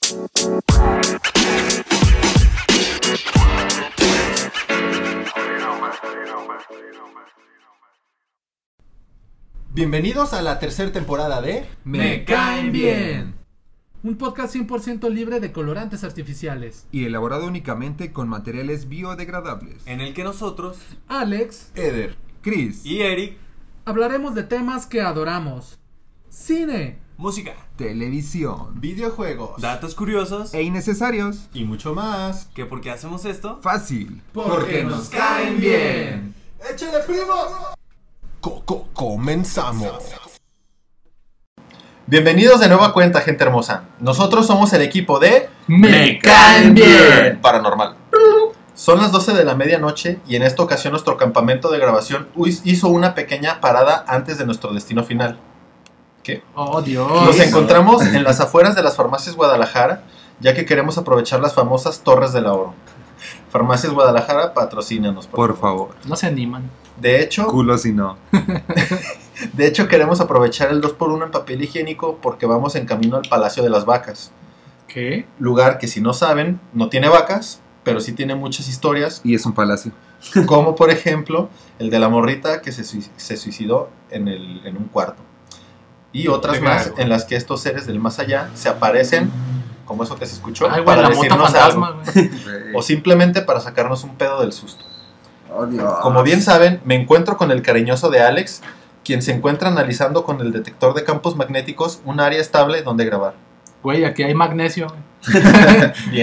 Bienvenidos a la tercera temporada de Me Caen Bien, un podcast 100% libre de colorantes artificiales y elaborado únicamente con materiales biodegradables, en el que nosotros, Alex, Eder, Chris y Eric, hablaremos de temas que adoramos: cine, música, televisión, videojuegos, datos curiosos e innecesarios. y mucho más. que ¿por qué hacemos esto? Fácil. porque nos caen bien. ¡Échale, primo! Comenzamos. Bienvenidos de nueva cuenta, gente hermosa. Nosotros somos el equipo de Me Caen Bien. Paranormal. Son las 12 de la medianoche y en esta ocasión nuestro campamento de grabación hizo una pequeña parada antes de nuestro destino final. ¿Qué? Oh, Dios. Nos encontramos en las afueras de las farmacias Guadalajara, ya que queremos aprovechar las famosas Torres del Ahorro. Farmacias Guadalajara, patrocínanos, Por favor. No se animan. De hecho, Culo si no. queremos aprovechar el 2x1 en papel higiénico porque vamos en camino al Palacio de las Vacas. ¿Qué? Lugar que, si no saben, no tiene vacas, pero sí tiene muchas historias, Y es un palacio. como por ejemplo el de la morrita que se suicidó en un cuarto. Y otras Qué más raro. en las que estos seres del más allá se aparecen, como eso que se escuchó, Ay, güey, para la mota decirnos fantasma, algo, güey. o simplemente para sacarnos un pedo del susto. Oh, Dios. Como bien saben, me encuentro con el cariñoso de Alex, quien se encuentra analizando con el detector de campos magnéticos un área estable donde grabar. Güey, aquí hay magnesio. Bien.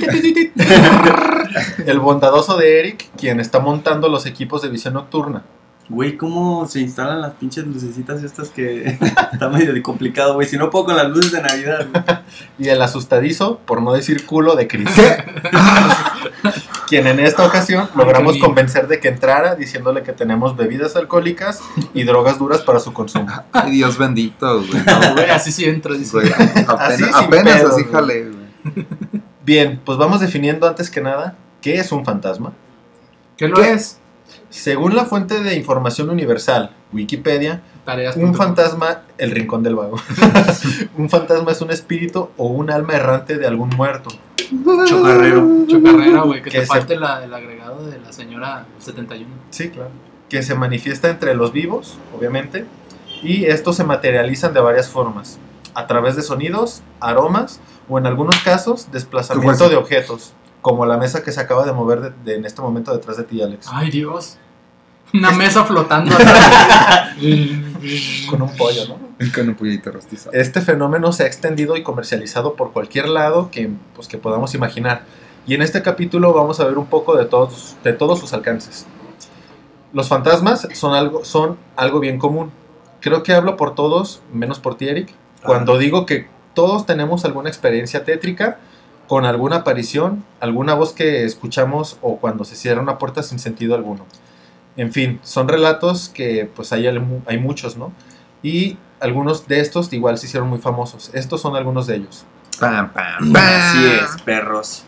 El bondadoso de Eric, quien está montando los equipos de visión nocturna. Güey, ¿cómo se instalan las pinches lucecitas estas que está medio complicado, güey? Si no puedo con las luces de Navidad, güey. Y el asustadizo, por no decir culo, de Chris. Quien en esta ocasión logramos qué lindo. convencer de que entrara diciéndole que tenemos bebidas alcohólicas y drogas duras para su consumo. Ay, Dios bendito, güey. No, güey, así sí entro, dice. Güey, Así sin apenas pedos, así güey. jale, güey. Bien, pues vamos definiendo antes que nada qué es un fantasma. ¿Qué lo es? Según la fuente de información universal, Wikipedia, Tareas. un fantasma, el rincón del vago. Un fantasma es un espíritu o un alma errante de algún muerto. Chocarrero. Chocarrera, güey, que Que te se- falte el agregado de la señora 71. Sí, claro. Que se manifiesta entre los vivos, obviamente, y estos se materializan de varias formas, a través de sonidos, aromas o en algunos casos desplazamiento ¿Cómo es? de objetos, como la mesa que se acaba de mover en este momento detrás de ti, Alex. Ay, Dios. Una mesa flotando atrás. Con un pollo, ¿no? Con un pollito rostizado. Este fenómeno se ha extendido y comercializado por cualquier lado que podamos imaginar. Y en este capítulo vamos a ver un poco de todos sus alcances. Los fantasmas son algo bien común. Creo que hablo por todos, menos por ti, Eric, cuando digo que todos tenemos alguna experiencia tétrica con alguna aparición, alguna voz que escuchamos o cuando se cierra una puerta sin sentido alguno. En fin, son relatos que pues hay muchos, ¿no? Y algunos de estos igual se hicieron muy famosos. Estos son algunos de ellos. Pam, pam, pam. Así es, perros.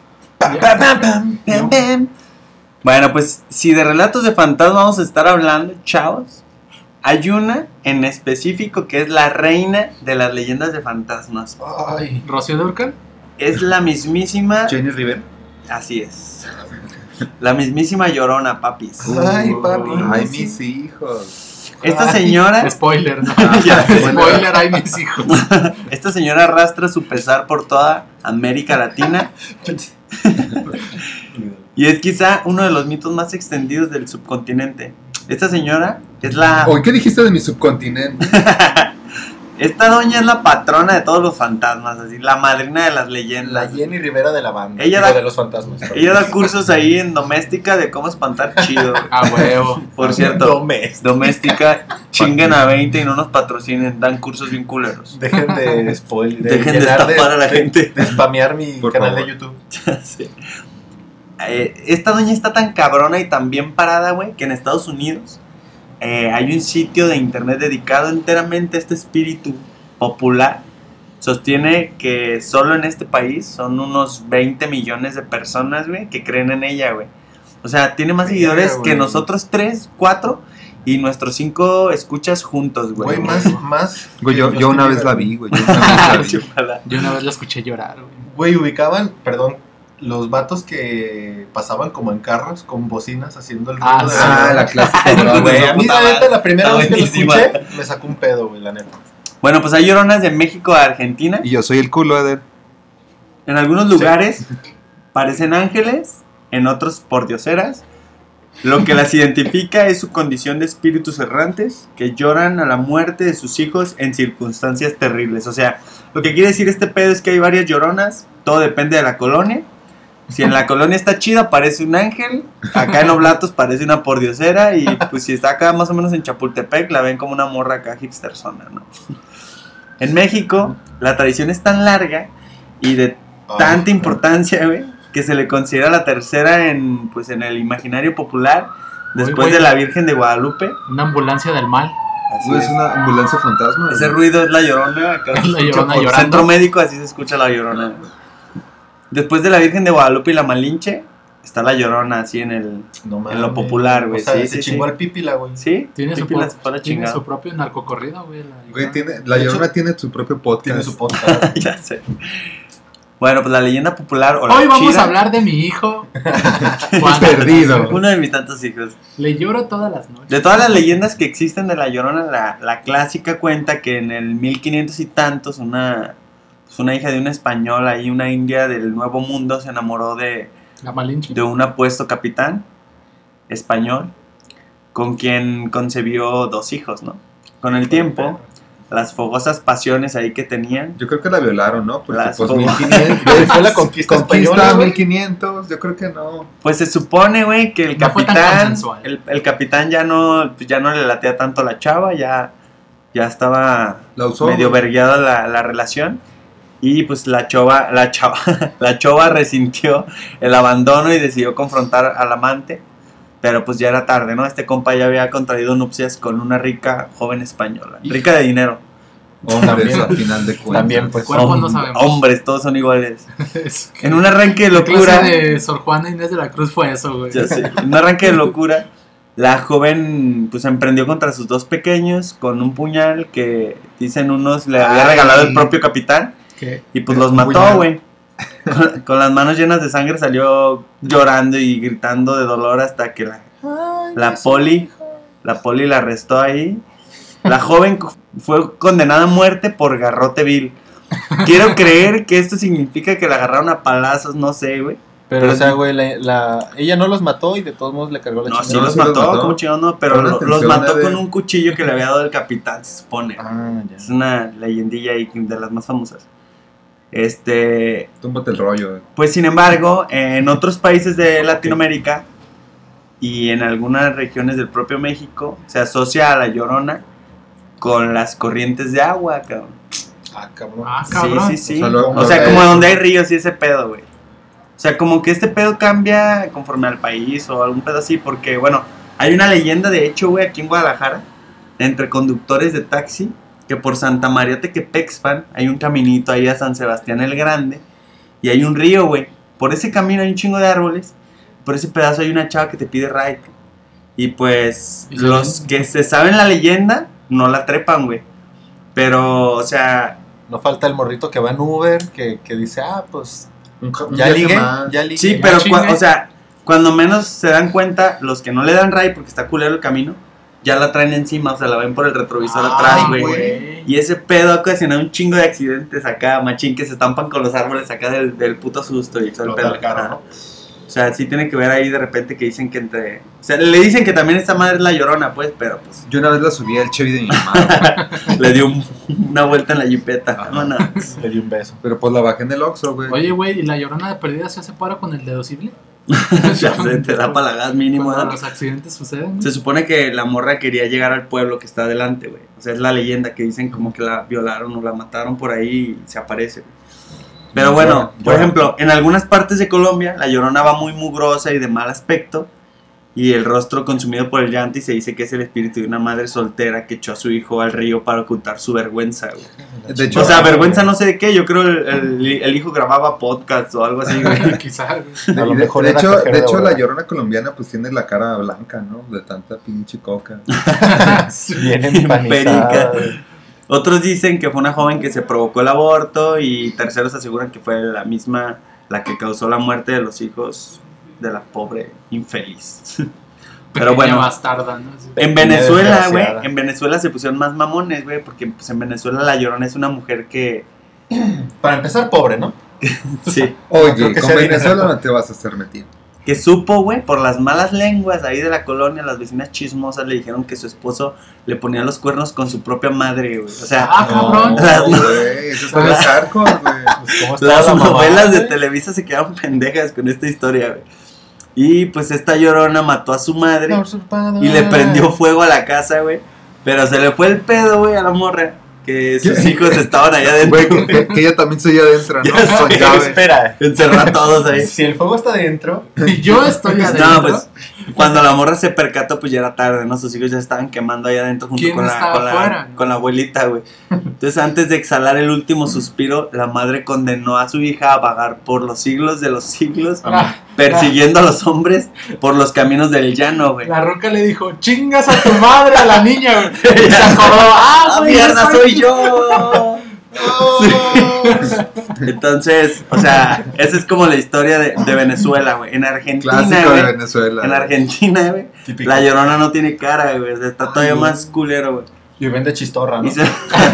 Bueno, pues si de relatos de fantasmas vamos a estar hablando, chavos, hay una en específico que es la reina de las leyendas de fantasmas. Ay, ¿Rocío Durcal? Es la mismísima... Jenny Rivera. Así es. La mismísima Llorona, papis. Ay, papi. Ay, mis hijos. Esta señora... Spoiler, ¿no? Ya sé. Spoiler, ay, mis hijos. Esta señora arrastra su pesar por toda América Latina y es quizá uno de los mitos más extendidos del subcontinente. Esta señora es la... Oye, ¿qué dijiste de mi subcontinente? Esta doña es la patrona de todos los fantasmas, así, la madrina de las La leyendas. Jenny Rivera de la banda. Ella digo, da- de los fantasmas. perdón. Ella da cursos ahí en doméstica de cómo espantar chido. A huevo. Por cierto, Domés. doméstica, chinguen a 20 y no nos patrocinen, dan cursos bien culeros. Dejen de spoiler. Dejen de estafar a la gente. De spamear mi Por canal favor. de YouTube. Sí. Esta doña está tan cabrona y tan bien parada, güey, que en Estados Unidos hay un sitio de internet dedicado enteramente a este espíritu popular. Sostiene que solo en este país son unos 20 millones de personas, güey, que creen en ella, güey. O sea, tiene más Verga, seguidores güey. que nosotros 3, 4 y nuestros 5 escuchas juntos, güey. Güey, más. Güey, que yo una Justin vez la Bieber, vi, güey. Yo una vez la vi. Chúpala. Yo una vez la escuché llorar, güey. Güey, ubicaban, perdón, los vatos que pasaban como en carros con bocinas haciendo el ruido Ah, de sí. Ah, la clásica, bro, Güey, güey. A mí, puta la neta, madre. la primera Está vez que lo buenísima. escuché, me sacó un pedo, güey, la neta. Bueno, pues hay lloronas de México a Argentina. Y yo soy el culo, Eder. En algunos lugares parecen ángeles, en otros pordioseras. Lo que las identifica es su condición de espíritus errantes que lloran a la muerte de sus hijos en circunstancias terribles. O sea, lo que quiere decir este pedo es que hay varias lloronas, todo depende de la colonia. Si en la colonia está chida, parece un ángel. Acá en Oblatos parece una pordiosera. Y pues si está acá más o menos en Chapultepec, la ven como una morra acá hipsterzona, ¿no? En México, la tradición es tan larga y de tanta importancia, güey, que se le considera la tercera en el imaginario popular, después güey. de la Virgen de Guadalupe. Una ambulancia del mal. Así Güey, es. es una ambulancia fantasma. Ese güey. ruido es la Llorona. Acá Es la se escucha Llorona por llorando. Centro médico, así se escucha la Llorona. Después de la Virgen de Guadalupe y la Malinche, está la Llorona, así en No lo mames. popular, güey. O sea, Sí, se sí, chingó sí. al Pípila, güey. ¿Sí? Tiene su, Pipi la separa tiene chingado. su propio narcocorrido, güey. Güey, la De hecho, Llorona tiene su propio podcast. Tiene su podcast. Ya sé. Bueno, pues la leyenda popular o la Hoy vamos chida, a hablar de mi hijo. Juan. Perdido. uno de mis tantos hijos. Le lloro todas las noches. De todas las leyendas que existen de La Llorona, la clásica cuenta que en el 1500 y tantos una hija de un español ahí, una india del Nuevo Mundo, se enamoró de La Malinche. un apuesto capitán español con quien concebió 2 hijos, ¿no? Con el tiempo, las fogosas pasiones ahí que tenían, Yo creo que la violaron, ¿no? Porque Las pues famosas. 1500. Güey, fue la conquista española, güey. 1500. Yo creo que no. pues se supone, güey, que el No fue tan capitán, consensual. el capitán ya no le latea tanto a la chava, ya estaba La usó. medio güey. vergueada la relación. Y pues la chava resintió el abandono y decidió confrontar al amante. Pero pues ya era tarde, ¿no? Este compa ya había contraído nupcias con una rica joven española. Rica de dinero. Hombres, También. a final de cuentas. También, pues. Cuerpos no sabemos. Hombres, todos son iguales. Es- En un arranque de ¿Qué locura. clase de Sor Juana Inés de la Cruz fue eso, güey? Ya sé, en un arranque de locura, la joven pues emprendió contra sus 2 pequeños con un puñal que dicen unos le había Ay. regalado el propio capitán. ¿Qué? Y pues Un los mató, puñal. güey. Con las manos llenas de sangre salió llorando y gritando de dolor hasta que la poli la arrestó ahí. La joven fue condenada a muerte por garrote vil. Quiero creer que esto significa que la agarraron a palazos, no sé, güey. Pero, o sea, güey, ella no los mató y de todos modos le cargó la No, sí chingada. los sí los mató, mató. como chingón, no, pero Fue una los tensión mató de- con un cuchillo que le había dado el capitán, se supone. Ah, ya. Es una leyendilla ahí de las más famosas. Túmbate el rollo, güey. Pues sin embargo, en otros países de Latinoamérica y en algunas regiones del propio México se asocia a la Llorona con las corrientes de agua, cabrón. Ah, cabrón. Ah, cabrón. Sí, sí, sí. O sea, lo- O sea, como donde hay ríos y ese pedo, güey. O sea, como que este pedo cambia conforme al país o algún pedo así, porque, bueno, hay una leyenda, de hecho, güey, aquí en Guadalajara, entre conductores de taxi, que por Santa María Tequepexpan hay un caminito ahí a San Sebastián el Grande, y hay un río, güey. Por ese camino hay un chingo de árboles, por ese pedazo hay una chava que te pide ride. Y pues, ¿Y los saben? que se saben la leyenda, no la trepan, güey. Pero, o sea, No falta el morrito que va en Uber, que dice, pues, Un ya viaje ligué, más. ya ligué. sí, Ya pero, chingue. o sea, cuando menos se dan cuenta, los que no le dan ride porque está culero el camino, ya la traen encima, o sea, la ven por el retrovisor Ay, atrás, güey. güey. Y ese pedo ha ocasionado un chingo de accidentes acá, machín, que se estampan con los árboles acá del puto susto y todo el Explotar pedo. el carro, Ajá. ¿no? O sea, sí tiene que ver ahí de repente que dicen que entre... O sea, le dicen que también esta madre es la Llorona, pues, pero pues Yo una vez la subí al Chevy de mi mamá, güey. le dio una vuelta en la jipeta. Vámonos. Le di un beso. Pero pues la bajé en el Oxxo, güey. Oye, güey, ¿y la Llorona de perdida se hace paro con el deducible? Ya se te da para la gas mínimo, Cuando ¿no? los accidentes suceden, güey. Se supone que la morra quería llegar al pueblo que está adelante, güey. O sea, es la leyenda que dicen como que la violaron o la mataron por ahí y se aparece, güey. Pero bueno, por ejemplo, en algunas partes de Colombia la Llorona va muy mugrosa y de mal aspecto. y el rostro consumido por el llanto, y se dice que es el espíritu de una madre soltera que echó a su hijo al río para ocultar su vergüenza, güey. De hecho, O sea, vergüenza no sé de qué, yo creo el hijo grababa podcast o algo así, güey. Quizá, güey. A lo mejor de era hecho, cajero de hecho, la boda. Llorona colombiana pues tiene la cara blanca, ¿no? De tanta pinche coca. Bien empanizada. Otros dicen que fue una joven que se provocó el aborto, y terceros aseguran que fue la misma la que causó la muerte de los hijos de la pobre infeliz. Pero Pequeña bueno, bastarda, ¿no? Sí. en Venezuela, güey, desgraciada. en Venezuela se pusieron más mamones, güey, porque pues en Venezuela la Llorona es una mujer que Para empezar, pobre, ¿no? sí, Oye, Creo que con sea Venezuela dinero. no te vas a estar metiendo. que supo, güey, por las malas lenguas ahí de la colonia, las vecinas chismosas le dijeron que su esposo le ponía los cuernos con su propia madre, güey. O sea, Ah, cabrón. Güey, eso está bien hardcore, güey. Pues, ¿cómo estaba las la mamá, novelas de güey? Televisa se quedaron pendejas con esta historia, güey. Y pues esta Llorona mató a su madre y le prendió fuego a la casa, güey. Pero se le fue el pedo, güey, a la morra, que sus hijos estaban allá adentro, Güey, que ella también se oía adentro, ¿no? Ya Con sé, llave. Espera. encerró a todos ahí. Si el fuego está adentro, Y yo estoy adentro. No, pues cuando la morra se percató, pues ya era tarde, ¿no? Sus hijos ya estaban quemando ahí adentro junto ¿Quién con estaba afuera? con la abuelita, güey. Entonces, antes de exhalar el último suspiro, la madre condenó a su hija a vagar por los siglos de los siglos, La, persiguiendo a los hombres por los caminos del llano, güey. la Roca le dijo, chingas a tu madre, a la niña, güey. Y se acordó, ah, ¡Ah, güey, mierda, yo soy yo! Entonces, o sea, esa es como la historia de Venezuela, güey. En Argentina, Clásico de güey. Venezuela. En Argentina, güey. típico. La Llorona no tiene cara, güey. O sea, está todavía Ay, más culero, güey. Y vende chistorra, ¿no? Y se...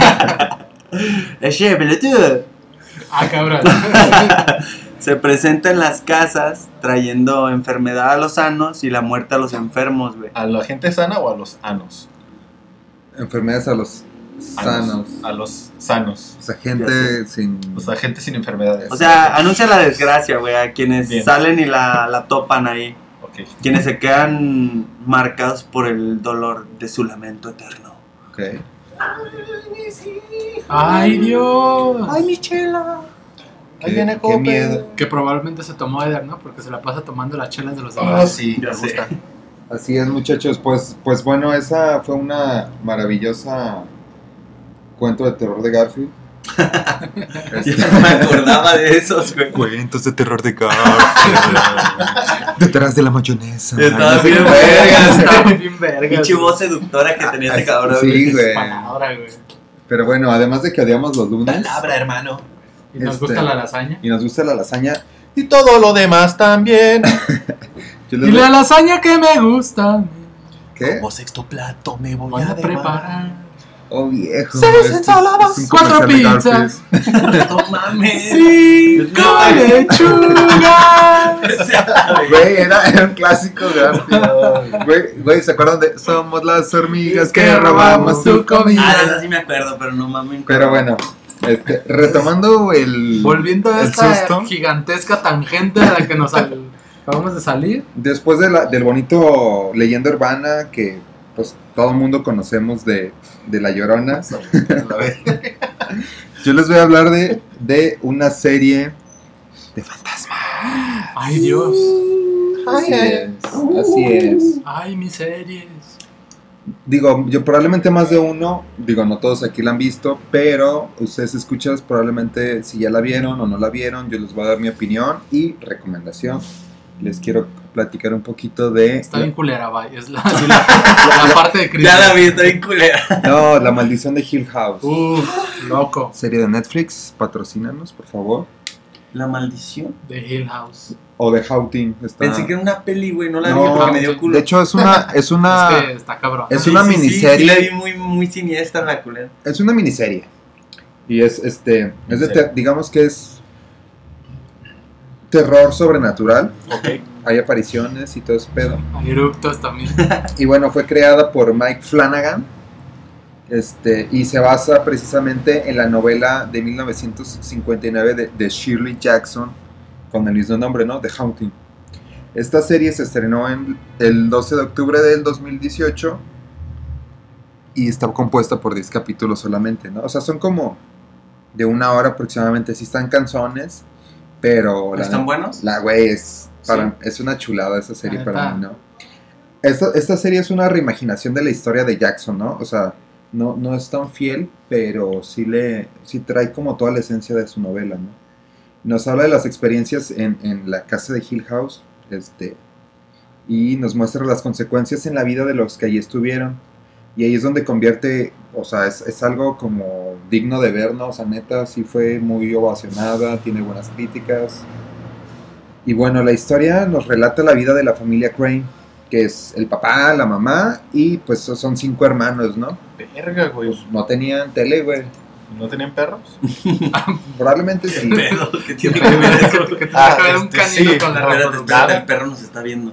Che, pelotudo. Ah, cabrón. Se presenta en las casas trayendo enfermedad a los sanos y la muerte a los enfermos, güey. ¿A la gente sana o a los anos? Enfermedades a los sanos. A los sanos. O sea, Ya gente sin... O sea, gente sin enfermedades. O sea, anuncia la desgracia, güey, a quienes Bien. salen y la topan ahí. Ok. Quienes se quedan marcados por el dolor de su lamento eterno. Ok. Ay, Dios. ¡Ay, mi chela! Ahí viene Qué Cope. miedo. Que probablemente se tomó Eder, ¿no? Porque se la pasa tomando las chelas de los Ah, demás. sí, Ya me sé. gusta. Así es, muchachos. Pues bueno, esa fue una maravillosa cuento de terror de Garfield. Ya no me acordaba de esos, güey. Cuentos de terror de Garfield. Detrás de la mayonesa. Estaba bien Ay, vergas. Está bien verga. Pinche voz seductora que tenía ese cabrón. Sí, güey. Palabra, güey. Pero bueno, además de que odiamos los lunes hermano. Y nos Este- gusta la lasaña. y nos gusta la lasaña, Y todo lo demás también. yo les Y voy- la lasaña que me gusta. ¿Qué? Como sexto plato me Voy a preparar. Oh, viejo. Seis este es- ensaladas, es un 4 comercial de pizzas. No mames. Sí, con lechuga. Garfield. Güey, era un clásico de Garfield. Güey, ¿se acuerdan de Somos las hormigas que robamos tu comida? Ah, de eso sí me acuerdo, pero no mames. Pero bueno, retomando el... Volviendo a el esta susto. gigantesca tangente de la que nos acabamos de salir. Después del bonito leyenda urbana que pues todo el mundo conocemos de La Llorona, yo les voy a hablar de una serie de fantasmas. Ay, Dios. Así es, así es. Ay, mis series. Digo, yo probablemente más de uno, digo, no todos aquí la han visto, pero ustedes escuchas probablemente si ya la vieron o no la vieron, yo les voy a dar mi opinión y recomendación. Les quiero platicar un poquito de... Está bien culera, bye. Es la parte de Chris. Ya la vi, está bien culera. No, La Maldición de Hill House. Loco. Serie de Netflix, patrocínanos, por favor. La maldición. De Hill House. O de Houting. Está... Pensé que era una peli, güey. No la No, vi porque me dio culo. De hecho, es una Es que está cabrón. es Sí, una sí, sí, miniserie. Sí, la vi muy siniestra la culera. Es una miniserie. Y es digamos que es terror sobrenatural. Ok. Hay apariciones y todo ese pedo. Hay eructos también. Y bueno, fue creada por Mike Flanagan. Y se basa precisamente en la novela de 1959 de Shirley Jackson, con el mismo nombre, ¿no? The Haunting. Esta serie se estrenó el 12 de octubre del 2018 y está compuesta por 10 capítulos solamente, ¿no? O sea, son como de 1 hora aproximadamente. Sí están canzones, pero... ¿Están buenos? La güey es una chulada esa serie La para neta. mí, ¿no? Esta serie es una reimaginación de la historia de Jackson, ¿no? O sea, no es tan fiel, pero sí trae como toda la esencia de su novela, ¿no? Nos habla de las experiencias en la casa de Hill House, y nos muestra las consecuencias en la vida de los que allí estuvieron. Y ahí es donde convierte, o sea, es algo como digno de ver, ¿no? O sea, neta, sí fue muy ovacionada, tiene buenas críticas. Y bueno, la historia nos relata la vida de la familia Crane, que es el papá, la mamá, y pues son 5 hermanos, ¿no? Verga, güey. Pues no tenían tele, güey. ¿No tenían perros? Probablemente sí. Pedo, ¿qué tiene que ver eso? Que tendría que haber un este, canino sí. con la Espérate, reproducción. el perro nos está viendo.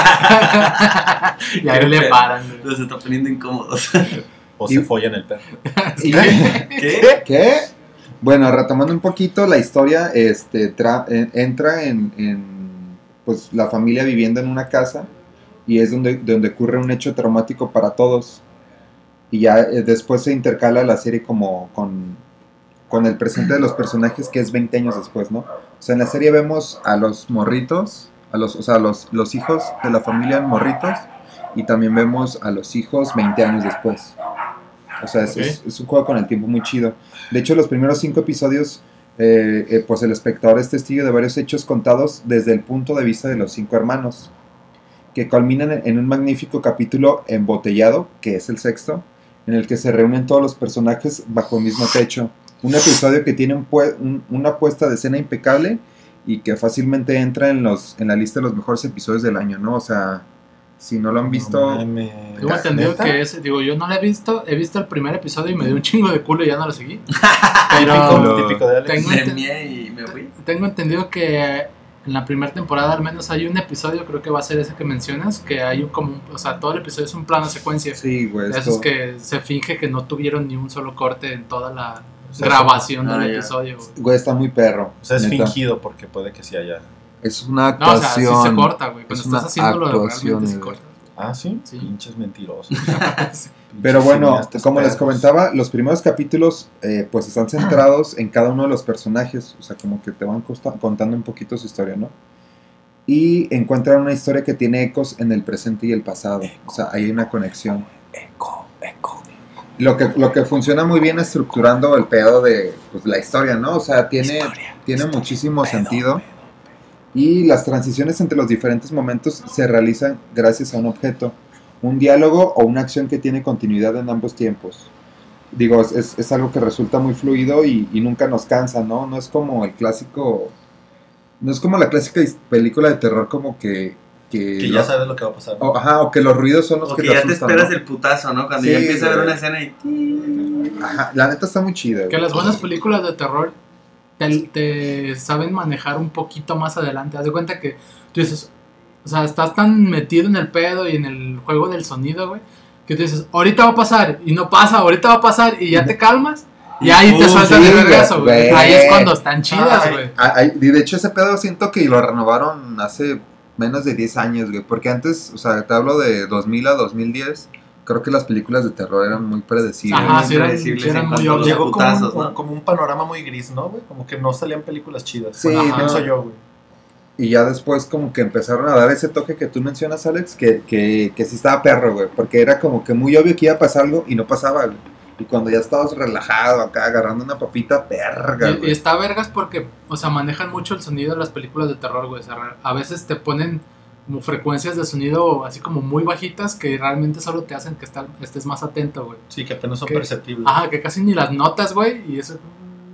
Y ahí le paran, güey. Nos está poniendo incómodos. ¿O Y- se follan el perro? ¿Y ¿Qué? qué? Bueno, retomando un poquito la historia, entra en pues la familia viviendo en una casa, y es donde ocurre un hecho traumático para todos. Y ya después se intercala la serie como con el presente de los personajes, que es 20 años después, ¿no? O sea, en la serie vemos a los morritos, los hijos de la familia morritos, y también vemos a los hijos 20 años después. O sea, es un juego con el tiempo muy chido. De hecho, los primeros 5 episodios, pues el espectador es testigo de varios hechos contados desde el punto de vista de los 5 hermanos, que culminan en un magnífico capítulo embotellado, que es el 6º, en el que se reúnen todos los personajes bajo el mismo techo. Un episodio que tiene una puesta de escena impecable y que fácilmente entra en la lista de los mejores episodios del año, ¿no? O sea, si no lo han visto... No mames. Tengo entendido ¿Neta? que digo, yo no lo he visto el primer episodio y me dio un chingo de culo y ya no lo seguí. Típico de Alex. Tengo Me enten- mié y me fui. Tengo entendido que en la primera temporada al menos hay un episodio, creo que va a ser ese que mencionas, que hay o sea, todo el episodio es un plano secuencia. Sí, güey. De esto- esos que se finge que no tuvieron ni un solo corte en toda la O sea, grabación ah, del ya. episodio. Güey. Güey, está muy perro. O sea, es neta. fingido porque puede que sí haya. Es una No, o sea, sí actuación. se corta, güey. Cuando es una estás haciéndolo actuación, realmente se güey. corta. Ah, sí. Sí. Pinches mentirosos. Pero Pinches bueno, cineastas como les perros. comentaba, los primeros capítulos pues están centrados en cada uno de los personajes. O sea, como que te van contando un poquito su historia, ¿no? Y encuentran una historia que tiene ecos en el presente y el pasado. O sea, hay una conexión. Eco. Lo que funciona muy bien estructurando el pedo de pues, la historia, ¿no? O sea, tiene muchísimo sentido. Y las transiciones entre los diferentes momentos se realizan gracias a un objeto, un diálogo o una acción que tiene continuidad en ambos tiempos. Digo, es algo que resulta muy fluido y nunca nos cansa, ¿no? No es como el clásico... No es como la clásica película de terror como que Que ya sabes lo que va a pasar. ¿no? o que los ruidos son los O que que te ya te asustan, esperas ¿no? el putazo, ¿no? Cuando Sí, ya empieza a ver güey. una escena y... Ajá, la neta está muy chida, Que güey. las buenas películas de terror te saben manejar un poquito más adelante. Haz de cuenta que tú dices, o sea, estás tan metido en el pedo y en el juego del sonido, güey, que tú dices, ahorita va a pasar, y no pasa, ahorita va a pasar, y ya te calmas, y ahí te sueltan sí, el regreso, güey. güey. Ahí es cuando están chidas, Ay, güey. y de hecho ese pedo siento que lo renovaron hace menos de 10 años, güey. Porque antes, o sea, te hablo de 2000 a 2010, creo que las películas de terror eran muy predecibles. Ajá, sí eran impredecibles en en muy cuanto a los Llegó como putazos, ¿no? como un panorama muy gris, ¿no, güey? Como que no salían películas chidas. Sí, Bueno, no. pienso yo, güey. Y ya después como que empezaron a dar ese toque que tú mencionas, Alex, que sí estaba perro, güey. Porque era como que muy obvio que iba a pasar algo y no pasaba, güey. Y cuando ya estabas relajado acá, agarrando una papita, perga, Y güey. está vergas porque, o sea, manejan mucho el sonido de las películas de terror, güey. O sea, a veces te ponen como frecuencias de sonido así como muy bajitas que realmente solo te hacen que estés más atento, güey. Sí, que apenas son ¿Qué? perceptibles. Ajá, que casi ni las notas, güey. Y eso.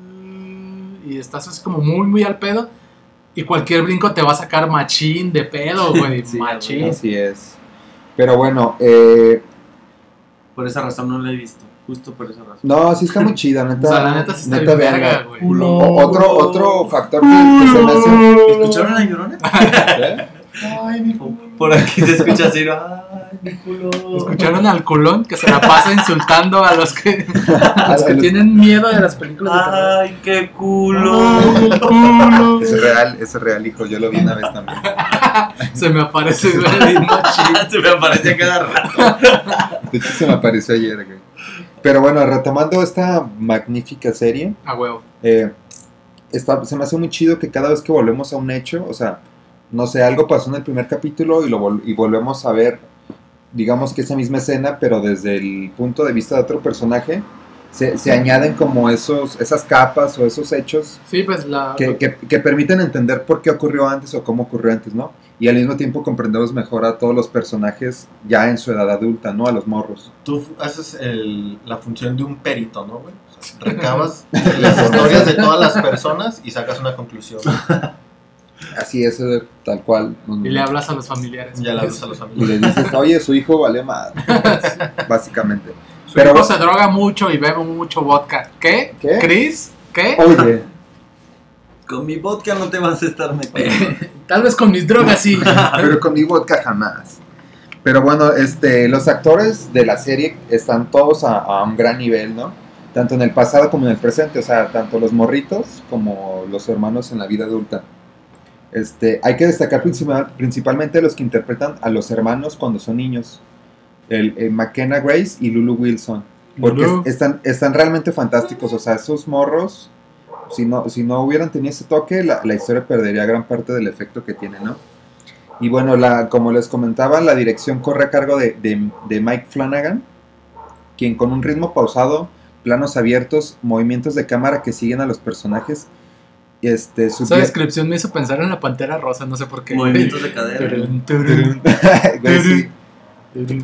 Y estás así como muy, muy al pedo. Y cualquier brinco te va a sacar machín de pedo, güey. Sí, machín. Así es. Pero bueno, Por esa razón no la he visto. Justo por esa razón. no, sí está muy chida, neta. O sea, la neta sí está bien veanla. verga, güey. Otro factor que se me hace... ¿Escucharon la llorona? ¿Eh? Ay, mi culo. Por aquí se escucha así, ay, mi culo. ¿Escucharon al culón que se la pasa insultando a los que, tienen miedo de las películas de terror? Ay, qué culo. Ay, el culo. Es real, hijo. Yo lo vi una vez también. Se me aparece, güey, machín. Se me aparece cada rato. De hecho, se me apareció ayer, güey. Pero bueno, retomando esta magnífica serie, A huevo. se me hace muy chido que cada vez que volvemos a un hecho, o sea, no sé, algo pasó en el primer capítulo y volvemos a ver digamos que esa misma escena, pero desde el punto de vista de otro personaje, se añaden como esas capas o esos hechos Sí, pues que permiten entender por qué ocurrió antes o cómo ocurrió antes, ¿no? Y al mismo tiempo comprendemos mejor a todos los personajes ya en su edad adulta, ¿no? A los morros. Tú haces la función de un perito, ¿no, güey? O sea, recabas las historias de todas las personas y sacas una conclusión. Así es, tal cual. y le hablas a los familiares. Ya la hablas a los Y familiares. le dices, oye, su hijo vale más, básicamente. Su Pero- hijo se droga mucho y bebe mucho vodka. ¿Qué? ¿Qué? ¿Chris? ¿Qué? Oye, Con mi vodka no te vas a estar metiendo. Tal vez con mis drogas sí. pero con mi vodka jamás. Pero bueno, los actores de la serie están todos a un gran nivel, ¿no? Tanto en el pasado como en el presente, o sea, tanto los morritos como los hermanos en la vida adulta. Hay que destacar principalmente los que interpretan a los hermanos cuando son niños. El McKenna Grace y Lulu Wilson. Porque Lulu. están realmente fantásticos, o sea, esos morros, si no hubieran tenido ese toque, la historia perdería gran parte del efecto que tiene, ¿no? Y bueno, como les comentaba, la dirección corre a cargo de Mike Flanagan, quien con un ritmo pausado, planos abiertos, movimientos de cámara que siguen a los personajes, Esa descripción me hizo pensar en la Pantera Rosa, no sé por qué. Movimientos de cadera. Turun, turun, Güey, sí. turun.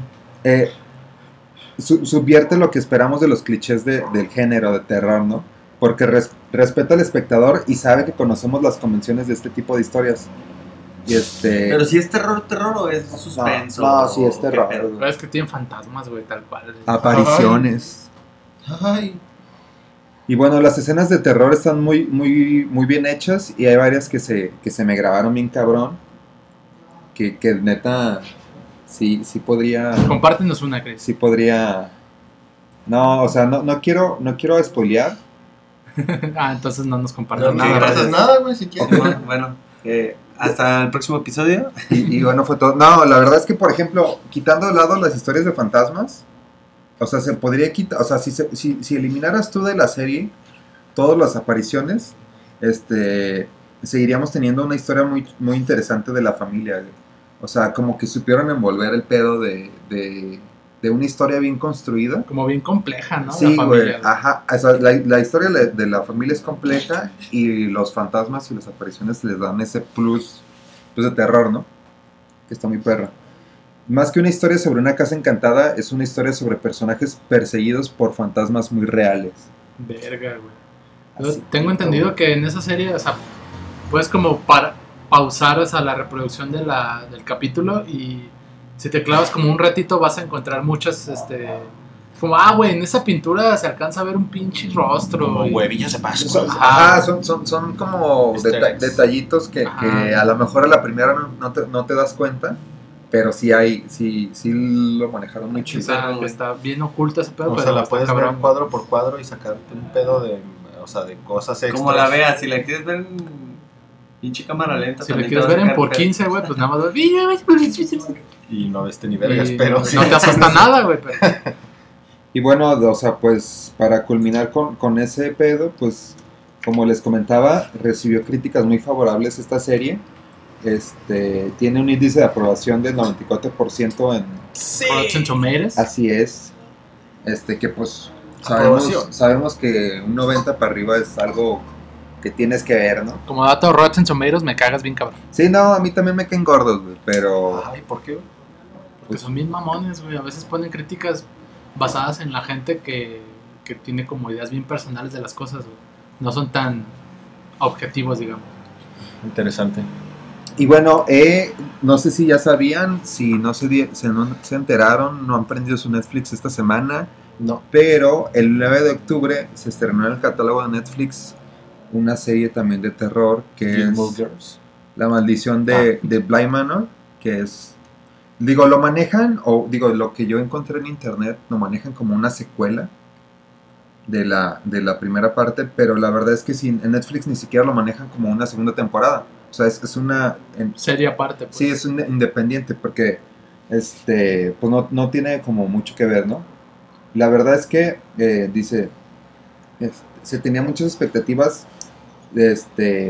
Subvierte lo que esperamos de los clichés del género de terror, ¿no? Porque respeta al espectador y sabe que conocemos las convenciones de este tipo de historias. Y Pero si es terror o es suspenso. No, sí es ¿o terror. qué pedo? Pero es que tienen fantasmas, güey, tal cual. Apariciones. Ay, Y bueno, las escenas de terror están muy, muy, muy bien hechas y hay varias que se me grabaron bien cabrón. Que neta, sí podría... Compártenos una, Chris. Sí podría... No, o sea, no quiero spoilear. Entonces no nos no, compartan no nada. haces nada, güey, si quieres. Bueno, hasta el próximo episodio. Y bueno, fue todo. No, la verdad es que, por ejemplo, quitando de lado las historias de fantasmas, o sea, se podría quitar, o sea, si eliminaras tú de la serie todas las apariciones, seguiríamos teniendo una historia muy, muy interesante de la familia, güey. O sea, como que supieron envolver el pedo de una historia bien construida. Como bien compleja, ¿no? Sí, la güey, familia. ajá, o sea, la historia de la familia es compleja y los fantasmas y las apariciones les dan ese plus, pues, de terror, ¿no? Que está muy perra. Más que una historia sobre una casa encantada, es una historia sobre personajes perseguidos por fantasmas muy reales. Verga, güey. Así Tengo que, entendido güey. que en esa serie, o sea, puedes como pausar, o sea, la reproducción del capítulo y si te clavas como un ratito vas a encontrar muchas, como, güey, en esa pintura se alcanza a ver un pinche rostro. Como y- huevillos de Pascua. Ajá, son como Easter eggs. detallitos que Ajá. a lo mejor a la primera no te das cuenta, pero sí lo manejaron muy O chido. sea, que está bien oculto ese pedo, O pero sea, la está puedes ver cabrón. cuadro por cuadro y sacarte un pedo de cosas extras. Como la veas, si la quieres ver en pinche cámara lenta. Si le también quieres te vas ver a en por sacar 15, güey, pues nada más Y no ves ni vergas, y pero... no te asusta nada, güey, pero Y bueno, o sea, pues para culminar con ese pedo, pues como les comentaba, recibió críticas muy favorables esta serie. Tiene un índice de aprobación del 94% en... Sí. Rotten Tomatoes. Así es. Que pues Aprobación. sabemos que un 90 para arriba es algo que tienes que ver, ¿no? Como dato, Rotten Tomatoes me cagas bien cabrón. Sí, no, a mí también me caen gordos, güey, pero... Ay, ¿por qué? Porque son bien mamones, güey. A veces ponen críticas basadas en la gente que tiene como ideas bien personales de las cosas, güey. No son tan objetivos, digamos. Interesante. Y bueno, no sé si ya sabían, si no se enteraron, no han prendido su Netflix esta semana, No. pero el 9 de octubre se estrenó en el catálogo de Netflix una serie también de terror que Gilmore es Girls. La Maldición de Bly Manor, que es, digo, lo manejan, o digo, lo que yo encontré en internet, lo manejan como una secuela de la primera parte, pero la verdad es que en Netflix ni siquiera lo manejan como una segunda temporada. O sea, es una... Serie aparte, pues. Sí, es un independiente porque pues no tiene como mucho que ver, ¿no? La verdad es que dice se tenía muchas expectativas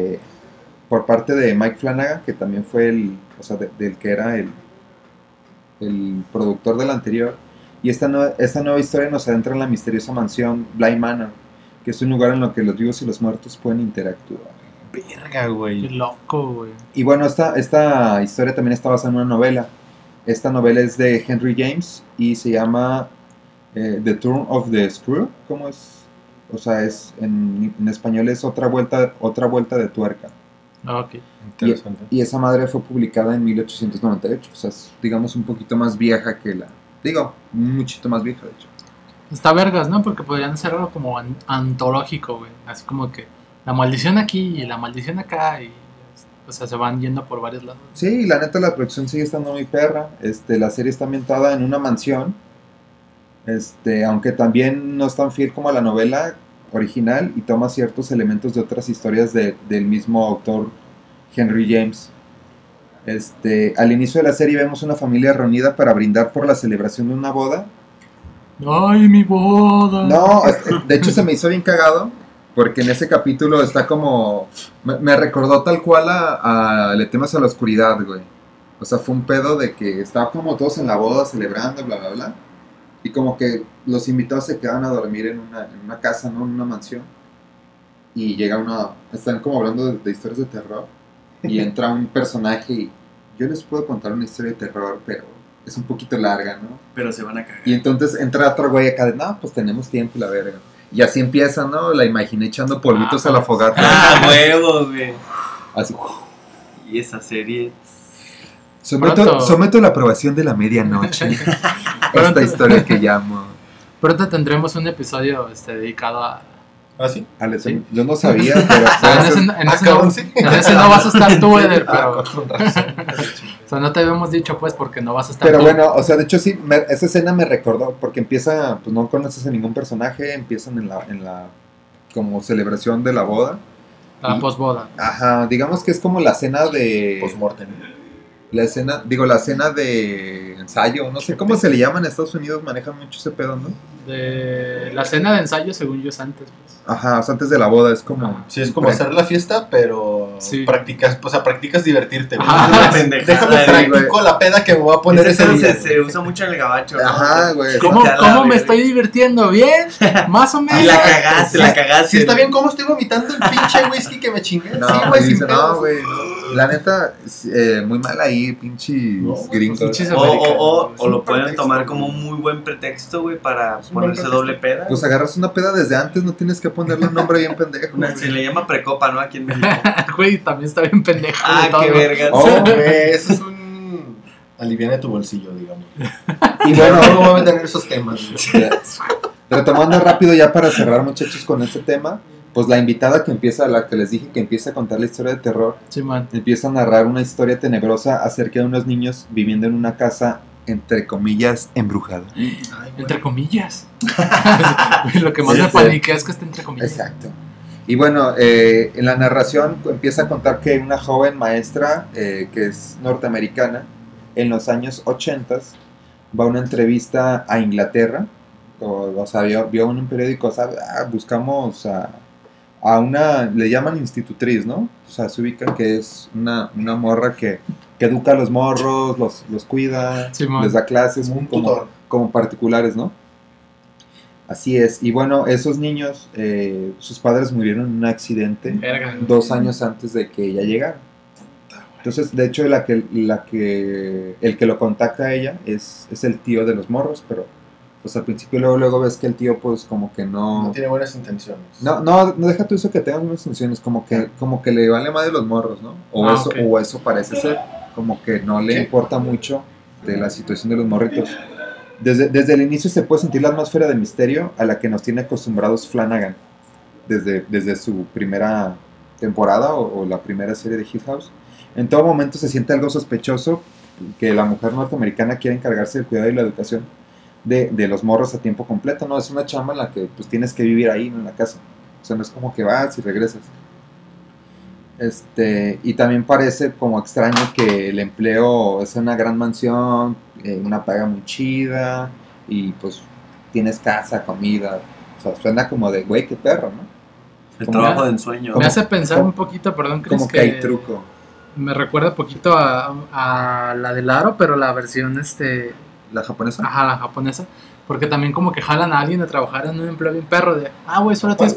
por parte de Mike Flanagan, que también fue del que era el productor de la anterior. Y esta nueva historia nos adentra en la misteriosa mansión Bly Manor, que es un lugar en el que los vivos y los muertos pueden interactuar. Verga, Qué güey. loco, güey. Y bueno, esta historia también está basada en una novela. Esta novela es de Henry James y se llama The Turn of the Screw. ¿Cómo es? O sea, en español es otra vuelta de tuerca. Ah, ok. Interesante. Y esa madre fue publicada en 1898. O sea, es, digamos, un poquito más vieja que la... Digo, un muchito más vieja, de hecho. Está vergas, ¿no? Porque podrían hacer algo como antológico, güey. Así como que la maldición aquí y la maldición acá. Y, o sea, se van yendo por varios lados. Sí, la neta, la producción sigue estando muy perra. La serie está ambientada en una mansión. Aunque también no es tan fiel como a la novela original y toma ciertos elementos de otras historias del mismo autor Henry James. Al inicio de la serie vemos una familia reunida para brindar por la celebración de una boda. ¡Ay, mi boda! No, de hecho se me hizo bien cagado porque en ese capítulo está como... Me recordó tal cual a Le temas a la oscuridad, güey. O sea, fue un pedo de que estaban como todos en la boda celebrando, bla, bla, bla. Y como que los invitados se quedan a dormir en una casa, ¿no? En una mansión. Y llega están como hablando de historias de terror. Y entra un personaje y yo les puedo contar una historia de terror, pero es un poquito larga, ¿no? Pero se van a cagar. Y entonces entra otro güey acá de, no, pues tenemos tiempo, la verga. Y así empieza, ¿no? La imaginé echando polvitos a la fogata. ¡Ah, huevos, güey! Así. Y esa serie... Someto la aprobación de la medianoche. Esta historia que llamo. Pronto tendremos un episodio dedicado a... ¿Ah, sí? Alex, Sí. yo no sabía, pero... En ese cabrón, no, sí. en ese no vas a estar tú, Eder, pero... Con razón. O sea, no te habíamos dicho, pues, porque no vas a estar Pero tú. bueno, o sea, de hecho sí, esa escena me recordó, porque empieza, pues no conoces a ningún personaje, empiezan en la como celebración de la boda. La posboda. Ajá, digamos que es como la cena de... Postmortem. La cena de ensayo, no sé cómo se le llama en Estados Unidos, manejan mucho ese pedo, ¿no? De la cena de ensayo, según yo, es antes, pues. Ajá, o sea, antes de la boda es como... Sí, es como hacer la fiesta, pero Sí. practicas divertirte. güey. Ajá, una pendejada, Déjame güey. practico la peda que me voy a poner ese día. se usa mucho en el gabacho, ¿no? Ajá, güey. ¿Cómo, Ya la cómo me verga. estoy divirtiendo? ¿Bien? ¿Más o menos? Y la cagaste, Si está bien, ¿cómo estoy vomitando el pinche whisky que me chingué? No, sí, güey, güey, sin dice, no, pedos. güey, no. La neta, muy mal ahí, pinches No, gringos. pinches O americanos. lo un pueden pretexto, tomar güey. como un muy buen pretexto, güey, para Es un buen ponerse pretexto. doble peda. Pues agarras una peda desde antes, no tienes que ponerle un nombre bien pendejo. Se le llama precopa, ¿no? Aquí en México. Güey, también está bien pendejo. Ah, de todo. qué verga. Oh, güey, eso es un... Aliviana tu bolsillo, digamos. Y Y bueno, bueno, no voy a tener esos temas. güey. retomando rápido ya para cerrar, muchachos, con este tema, pues la invitada que empieza, la que les dije que empieza a contar la historia de terror, Sí, man. empieza a narrar una historia tenebrosa acerca de unos niños viviendo en una casa, entre comillas, embrujada. Ay, güey. Entre comillas. Lo que más Sí, me sí. paniquea es que esté entre comillas. Exacto. Y bueno, en la narración empieza a contar que una joven maestra que es norteamericana, en los años 80 va a una entrevista a Inglaterra, o sea, vio en un periódico, o sea, buscamos a una, le llaman institutriz, ¿no? O sea, se ubican que es una morra que educa a los morros, los cuida, Simón. les da clases Un tutor. como particulares, ¿no? Así es. Y bueno, esos niños, sus padres murieron en un accidente Verga. 2 años antes de que ella llegara. Entonces, de hecho, el que lo contacta a ella es el tío de los morros, pero pues al principio luego ves que el tío pues como que No no... tiene buenas intenciones. No deja tú eso que tengan unas funciones, como que le vale más de los morros, ¿no? Ok. O eso parece ser, como que no le ¿Qué? importa mucho de la situación de los morritos. Desde el inicio se puede sentir la atmósfera de misterio a la que nos tiene acostumbrados Flanagan, desde su primera temporada o la primera serie de Hill House. En todo momento se siente algo sospechoso que la mujer norteamericana quiere encargarse del cuidado y la educación de los morros a tiempo completo, ¿no? Es una chamba en la que pues tienes que vivir ahí, ¿no? En la casa. O sea, no es como que vas y regresas. Y también parece como extraño que el empleo es una gran mansión, una paga muy chida y pues tienes casa, comida. O sea, suena como de, güey, qué perro, ¿no? El Como trabajo ya- de ensueño. Me ¿Cómo? hace pensar un poquito, perdón, Chris, Como que hay truco. Me recuerda poquito a la del Aro, pero la versión ¿La japonesa? ajá, la japonesa, porque también como que jalan a alguien a trabajar en un empleo bien perro de, güey, solo tienes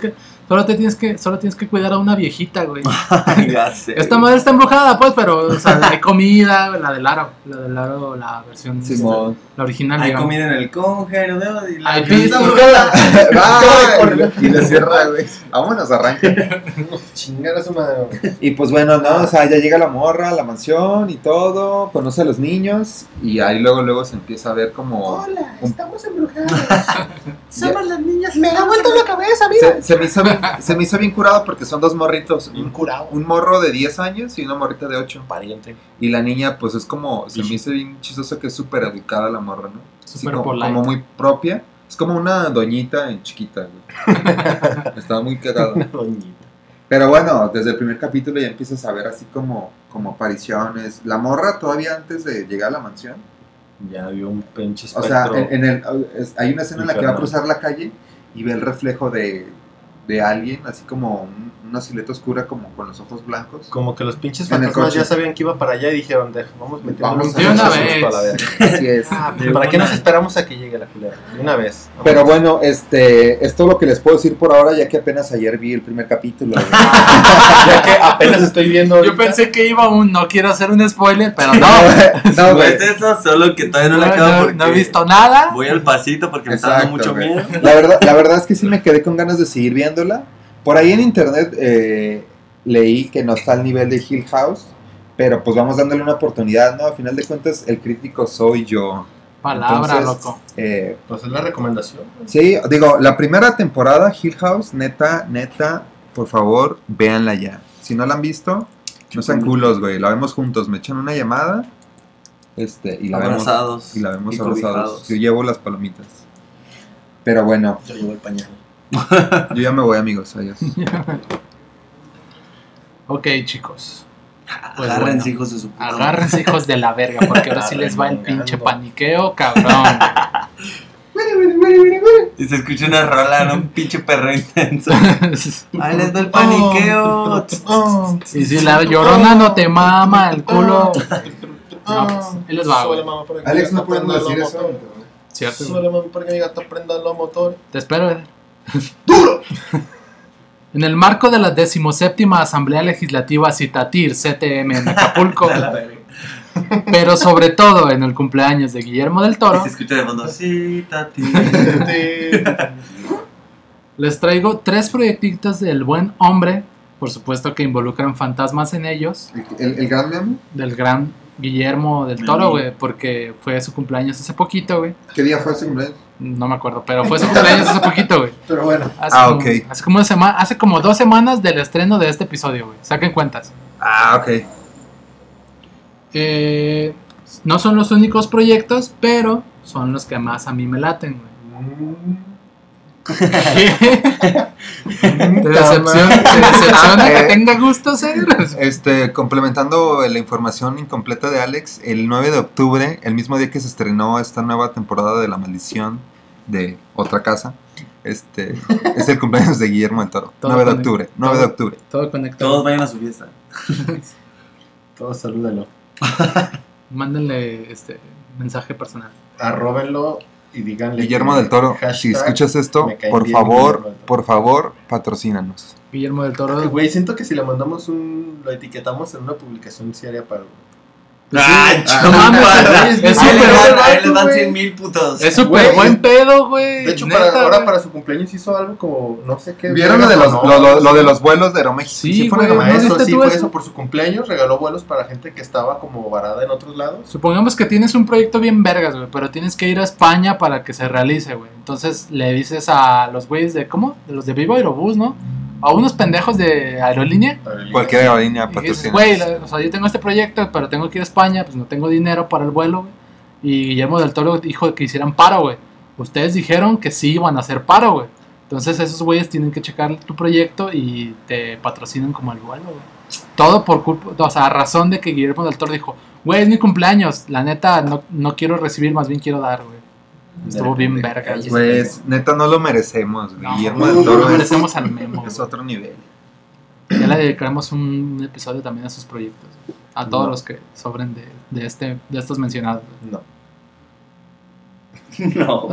que cuidar a una viejita, güey. Ya sé. Esta madre está embrujada, pues, pero, o sea, hay comida, la del Aro, la versión, Simón. la original, Hay digamos. comida en el conge, ¿no? Y la Hay pizza, pizza. güey. Va, y le cierra, güey. Vámonos, arranca. Chingar a su madre. Y pues bueno, no, o sea, ya llega la morra a la mansión y todo, conoce a los niños y ahí luego se empieza a ver como... Hola, Un- estamos embrujados. Somos las niñas. Me ha vuelto la cabeza, mira. Se me hizo bien curado porque son dos morritos, Bien curado. un morro de 10 años y una morrita de 8. Pariente. Y la niña pues es como, se me hizo bien chistoso que es súper educada la morra, ¿no? Así Súper como, polite. como muy propia. Es como una doñita en chiquita, güey. Estaba muy cagado. Doñita. Pero bueno, desde el primer capítulo ya empiezas a ver así como apariciones. La morra todavía antes de llegar a la mansión. Ya vio un pinche O espectro. sea, hay una escena en la que va a infernal. cruzar la calle y ve el reflejo de alguien, así como una silueta oscura como con los ojos blancos. Como que los pinches En el fantasmas coche. ya sabían que iba para allá y dijeron, vamos metiéndonos Vamos de una susto vez. a la verga. Así es. ¿Para qué nos esperamos a que llegue la culera? De una vez. Vamos. Pero bueno, es todo lo que les puedo decir por ahora, ya que apenas ayer vi el primer capítulo. güey. Ya que apenas estoy viendo. Yo ahorita, pensé que iba no quiero hacer un spoiler, pero no. No, No güey. es eso, solo que todavía no la acabo porque No he visto nada. voy al pasito porque me está dando mucho güey. miedo. La verdad es que sí me quedé con ganas de seguir viéndola. Por ahí en internet leí que no está al nivel de Hill House, pero pues vamos dándole una oportunidad, ¿no? A final de cuentas, el crítico soy yo. Palabra, Entonces, loco. Pues es la recomendación. Sí, digo, la primera temporada, Hill House, neta, por favor, véanla ya. Si no la han visto, no sean culos, güey. La vemos juntos, me echan una llamada y la Abrazados. vemos, y la vemos y abrazados. cobijados. Yo llevo las palomitas. Pero bueno, Yo llevo el pañal. yo ya me voy, amigos. Adiós. Ok, chicos. Pues Agárrense, bueno, hijos de su puta madre. agárrense, hijos de la verga, porque ahora sí les va el pinche paniqueo, cabrón. Y se escucha una rola, ¿no? Un pinche perro intenso. Ahí les va el paniqueo. Y si la llorona no te mama el culo. No, pues, ahí les va, güey. Alex, no podemos decir eso. Cierto, güey. Solo mami porque mi gato prenda los motores. Te espero, Eder. ¡Duro! En el marco de la 17ª Asamblea Legislativa Citatir CTM en Acapulco, pero sobre todo en el cumpleaños de Guillermo del Y Toro, se escucha de fondo. Sí, tati. les traigo 3 proyectitos del buen hombre, por supuesto que involucran fantasmas en ellos, ¿El gran meme? del gran Guillermo del Toro, güey, porque fue su cumpleaños hace poquito, güey. ¿Qué día fue ese cumpleaños? No me acuerdo, pero fue su cumpleaños hace poquito, güey. Pero bueno. Ok. Hace como 2 semanas del estreno de este episodio, güey. Saquen cuentas. Ok. No son los únicos proyectos, pero son los que más a mí me laten, güey. ¿Te decepciona que tenga gustos, Complementando la información incompleta de Alex, el 9 de octubre, el mismo día que se estrenó esta nueva temporada de La Maldición de Otra Casa, es el cumpleaños de Guillermo del Toro. Todo 9 de conecta- octubre, todo- 9 de octubre. Todo conectado. Todos vayan a su fiesta. Todos salúdenlo. Mándenle mensaje personal. Arróbenlo y díganle. Guillermo que del Toro, hashtag si escuchas esto, me cae por bien Guillermo del Toro. favor, patrocínanos. Guillermo del Toro. Güey, siento que si le mandamos lo etiquetamos en una publicación sí haría paro. ¡Ay, no mames, es es Ahí súper les dan güey. 100,000 putos. Es súper Güey, buen pedo, güey. De hecho, neta, ahora güey. para su cumpleaños hizo algo como, no sé qué. ¿Vieron lo de los, no, lo de los vuelos de Aeroméxico? Sí, fue güey, una Ah, mamada. ¿no eso viste sí tú fue eso? eso por su cumpleaños, regaló vuelos para gente que estaba como varada en otros lados. Supongamos que tienes un proyecto bien vergas, güey, pero tienes que ir a España para que se realice, güey. Entonces le dices a los güeyes de, ¿cómo? De los de Viva Aerobús, ¿no? A unos pendejos de aerolínea. Cualquier aerolínea Y dices, patrocina. güey, o sea, yo tengo este proyecto, pero tengo que ir a España, pues no tengo dinero para el vuelo, güey. Y Guillermo del Toro dijo que hicieran paro, güey. Ustedes dijeron que sí iban a hacer paro, güey. Entonces esos güeyes tienen que checar tu proyecto y te patrocinan como el vuelo, güey. Todo por culpa, o sea, a razón de que Guillermo del Toro dijo, güey, es mi cumpleaños, la neta no quiero recibir, más bien quiero dar, güey. Estuvo bien verga. Pues, neta, no lo merecemos. No, Guillermo del Toro no es, merecemos al Memo. es güey. otro nivel. Ya le dedicaremos un episodio también a sus proyectos. A todos No. los que sobren de estos mencionados. No. No.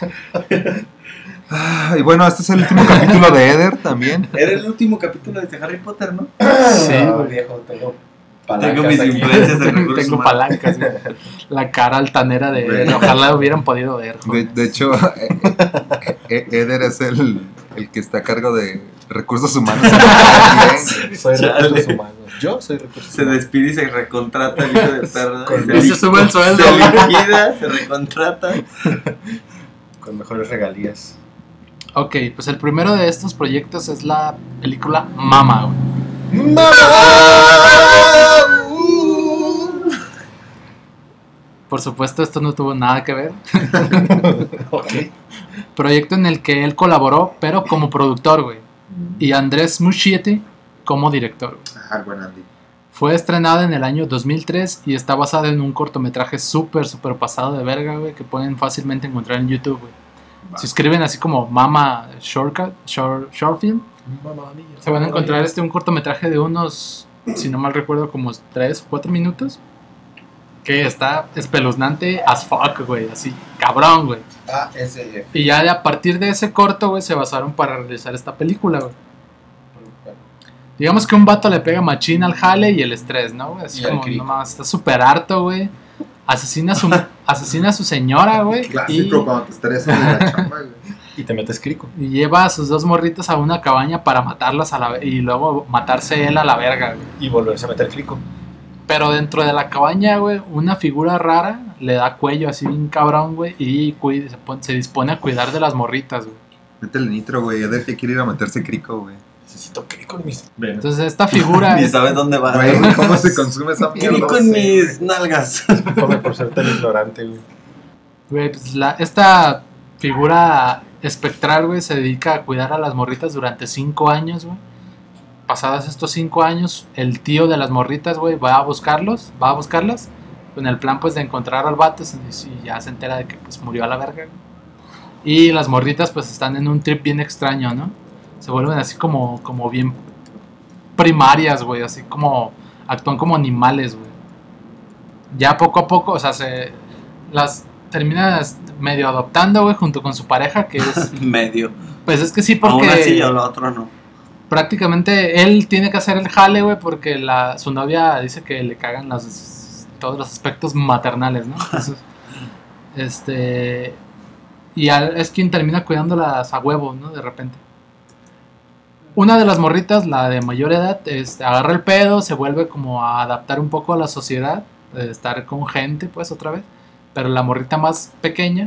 Y bueno, este es el último capítulo de Eder también. Era el último capítulo de Harry Potter, ¿no? Sí, güey. viejo, tengo Tengo mis aquí. influencias en recursos Tengo humanos. palancas, güey. La cara altanera de Güey. ojalá hubieran podido ver. De jóvenes. hecho, Eder es el que está a cargo de recursos humanos. Bien. Soy Chale. recursos humanos. Yo soy recursos Se humanos. despide y se recontrata el hijo de perra. Con- se sube el sueldo. Se liquida, se recontrata. Con mejores regalías. Ok, pues el primero de estos proyectos es la película Mama, güey. ¡Mamá! Por supuesto, esto no tuvo nada que ver. Ok. Proyecto en el que él colaboró, pero como productor, güey. Y Andrés Muschietti como director, güey. Ah, buen Andy. Fue estrenada en el año 2003 y está basada en un cortometraje súper pasado de verga, güey, que pueden fácilmente encontrar en YouTube, güey. Si escriben así como Mama Short Film, Mamma mía. se van a encontrar un cortometraje de unos, si no mal recuerdo, como 3 o 4 minutos. Que está espeluznante as fuck, güey, así, cabrón, güey. Ah, ese. Y ya a partir de ese corto, güey, se basaron para realizar esta película, güey. Digamos que un vato le pega machín al jale y el estrés, ¿no? Güey? Así Y al como, crico. nomás, está súper harto, güey. Asesina a su señora, güey. Clásico cuando te estresas de la chamba, güey. Y te metes crico. Y lleva a sus 2 morritas a una cabaña para matarlas y luego matarse él a la verga, güey. Y volverse a meter crico. Pero dentro de la cabaña, güey, una figura rara le da cuello así bien cabrón, güey. Y se dispone a cuidar de las morritas, güey. Métele nitro, güey. Eder que quiere ir a meterse crico, güey. Necesito crico en mis venas. Entonces esta figura Ni es, sabes dónde va. Güey, ¿cómo se consume esa mierda? Crico en mis nalgas. Come por ser tan ignorante, güey. güey, pues esta figura espectral, güey, se dedica a cuidar a las morritas durante 5 años, güey. Pasadas estos 5 años, el tío de las morritas, güey, va a buscarlas, con el plan, pues, de encontrar al vato, y ya se entera de que, pues, murió a la verga, güey. Y las morritas, pues, están en un trip bien extraño, ¿no? Se vuelven así como bien primarias, güey, así como, actúan como animales, güey. Ya poco a poco, o sea, las terminas medio adoptando, güey, junto con su pareja, que es, Medio. pues, es que sí, Aún así, porque o lo otro no. prácticamente él tiene que hacer el jale, güey, porque su novia dice que le cagan todos los aspectos maternales, ¿no? Entonces, y es quien termina cuidándolas a huevo, ¿no? De repente. Una de las morritas, la de mayor edad, agarra el pedo, se vuelve como a adaptar un poco a la sociedad, estar con gente, pues, otra vez. Pero la morrita más pequeña,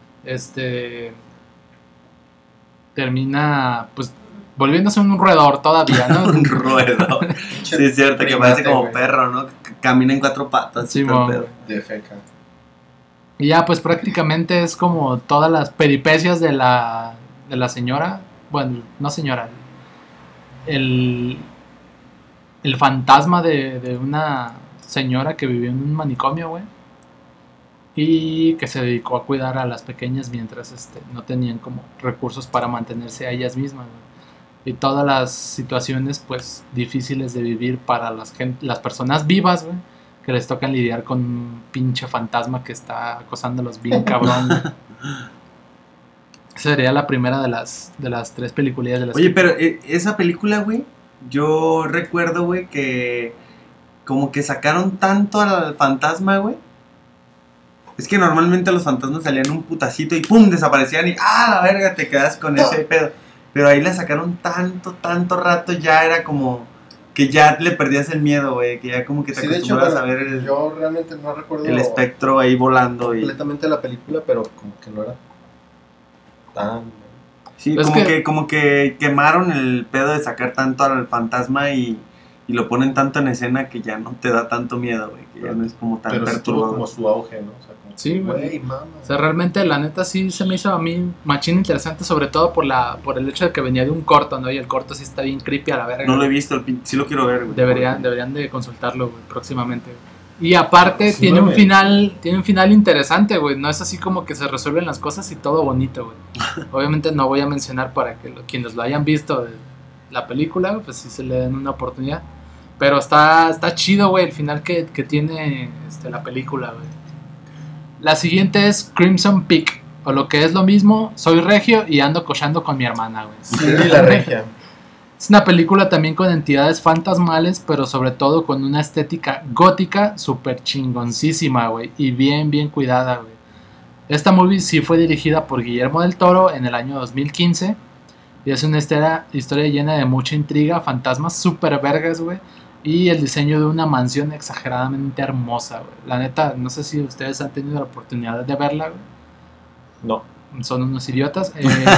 termina, pues, volviéndose un roedor todavía, ¿no? Un roedor. Sí, es cierto, que parece como güey. perro, ¿no? Que camina en 4 patas. Sí, todo el mo. pedo. De feca. Y ya, pues, prácticamente es como todas las peripecias de la señora, bueno, no señora, el fantasma de una señora que vivió en un manicomio, güey. Y que se dedicó a cuidar a las pequeñas mientras no tenían como recursos para mantenerse a ellas mismas, güey. Y todas las situaciones, pues, difíciles de vivir para las personas vivas, güey, que les toca lidiar con un pinche fantasma que está acosándolos bien cabrón, güey. Esa sería la primera de las 3 peliculillas de las Oye, que- pero esa película, güey, yo recuerdo, güey, que como que sacaron tanto al fantasma, güey. Es que normalmente los fantasmas salían un putacito y pum, desaparecían y la verga, te quedas con ese pedo. Pero ahí la sacaron tanto rato, ya era como que ya le perdías el miedo, güey, que ya como que te Sí, de hecho, acostumbras bueno, a ver yo realmente no recuerdo el espectro ahí volando y completamente la película, pero como que no era tan... sí, Es como que quemaron el pedo de sacar tanto al fantasma y lo ponen tanto en escena que ya no te da tanto miedo, güey, que ya no es como tan Pero sí tuvo perturbador. como su auge, ¿no? O sea, como, Sí, güey. güey, mama. O sea, realmente, la neta, sí se me hizo a mí machín interesante, sobre todo por el hecho de que venía de un corto, ¿no? Y el corto sí está bien creepy a la verga. No lo he visto, sí lo quiero ver, güey. Deberían de consultarlo, güey, próximamente. Y aparte Sí, tiene un güey. final interesante, güey. No es así como que se resuelven las cosas y todo bonito, güey. Obviamente no voy a mencionar para que quienes lo hayan visto de la película, pues sí se le den una oportunidad. Pero está chido, güey, el final que tiene la película, güey. La siguiente es Crimson Peak, o lo que es lo mismo, soy regio y ando cochando con mi hermana, güey. Sí, la regia. Es una película también con entidades fantasmales, pero sobre todo con una estética gótica súper chingoncísima, güey, y bien cuidada, güey. Esta movie sí fue dirigida por Guillermo del Toro en el año 2015 y es una historia llena de mucha intriga, fantasmas súper vergas, güey, y el diseño de una mansión exageradamente hermosa, güey. La neta, no sé si ustedes han tenido la oportunidad de verla, güey. No. Son unos idiotas.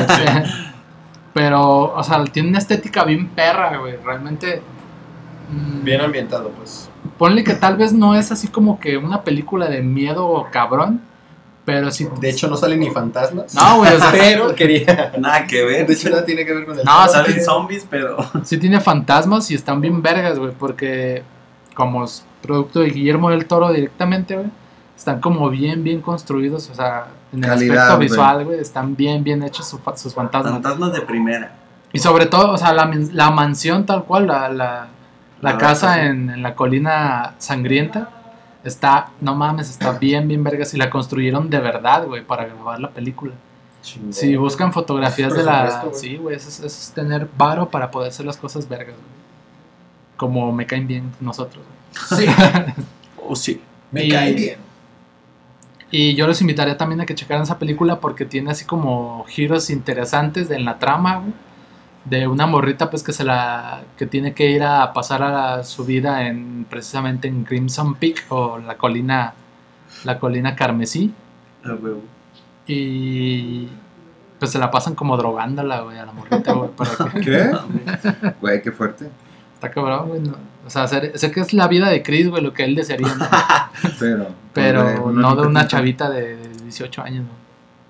Pero, o sea, tiene una estética bien perra, güey. Realmente. Bien ambientado, pues. Ponle que tal vez no es así como que una película de miedo cabrón. Pero sí. De hecho, no salen ni fantasmas. No, güey, o sea, pero quería. Nada que ver. De hecho, nada tiene que ver con el. No, sí Salen tiene- zombies, pero. sí tiene fantasmas y están bien vergas, güey. Porque, como es producto de Guillermo del Toro directamente, güey, están como bien construidos. O sea, en el Calidad, aspecto güey. visual, güey, están bien hechos sus fantasmas. Fantasmas de primera. Y sobre todo, o sea, la mansión tal cual, la casa sí. en la colina sangrienta, está, no mames, está bien vergas. Y la construyeron de verdad, güey, para grabar la película. Chingón. Si buscan fotografías Es de la... presupuesto, güey. Sí, güey, eso es tener varo para poder hacer las cosas vergas, güey. Como me caen bien nosotros, güey. Sí, Oh, sí. me Y- cae bien. Y yo los invitaría también a que checaran esa película porque tiene así como giros interesantes en la trama, güey. De una morrita pues que tiene que ir a pasar su vida precisamente en Crimson Peak o la colina carmesí, Ah, huevo. y pues se la pasan como drogándola, güey, a la morrita, güey, para que ¿Qué? Güey, qué fuerte. está cabrón, güey, no. O sea, sé que es la vida de Chris, güey, lo que él desearía, ¿no? Pero güey, no de una nunca- chavita de 18 años, ¿no?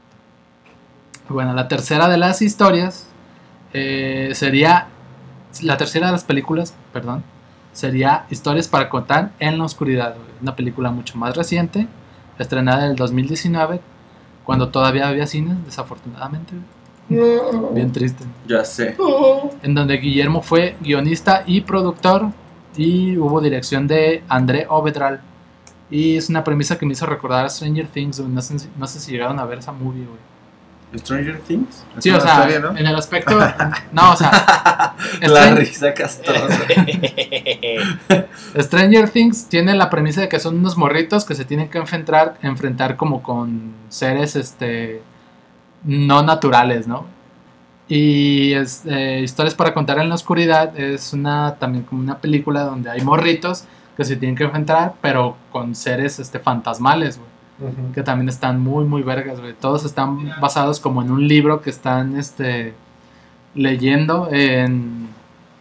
Bueno, la tercera de las historias sería... La tercera de las películas, perdón, sería Historias para contar en la oscuridad, güey. Una película mucho más reciente, estrenada en el 2019, cuando todavía había cines, desafortunadamente, güey. Bien triste. Ya sé. En donde Guillermo fue guionista y productor y hubo dirección de André Ovedral. Y es una premisa que me hizo recordar a Stranger Things, güey. No sé si llegaron a ver esa movie, güey. Stranger Things. Es Sí, o una sea, serie, ¿no? en el aspecto... No, o sea... La risa castrosa. Stranger Things tiene la premisa de que son unos morritos que se tienen que enfrentar como con seres no naturales, ¿no? Y Historias para contar en la oscuridad es también como una película donde hay morritos que se tienen que enfrentar, pero con seres fantasmales, güey. Ujú. Que también están muy vergas, güey. Todos están basados como en un libro que están leyendo en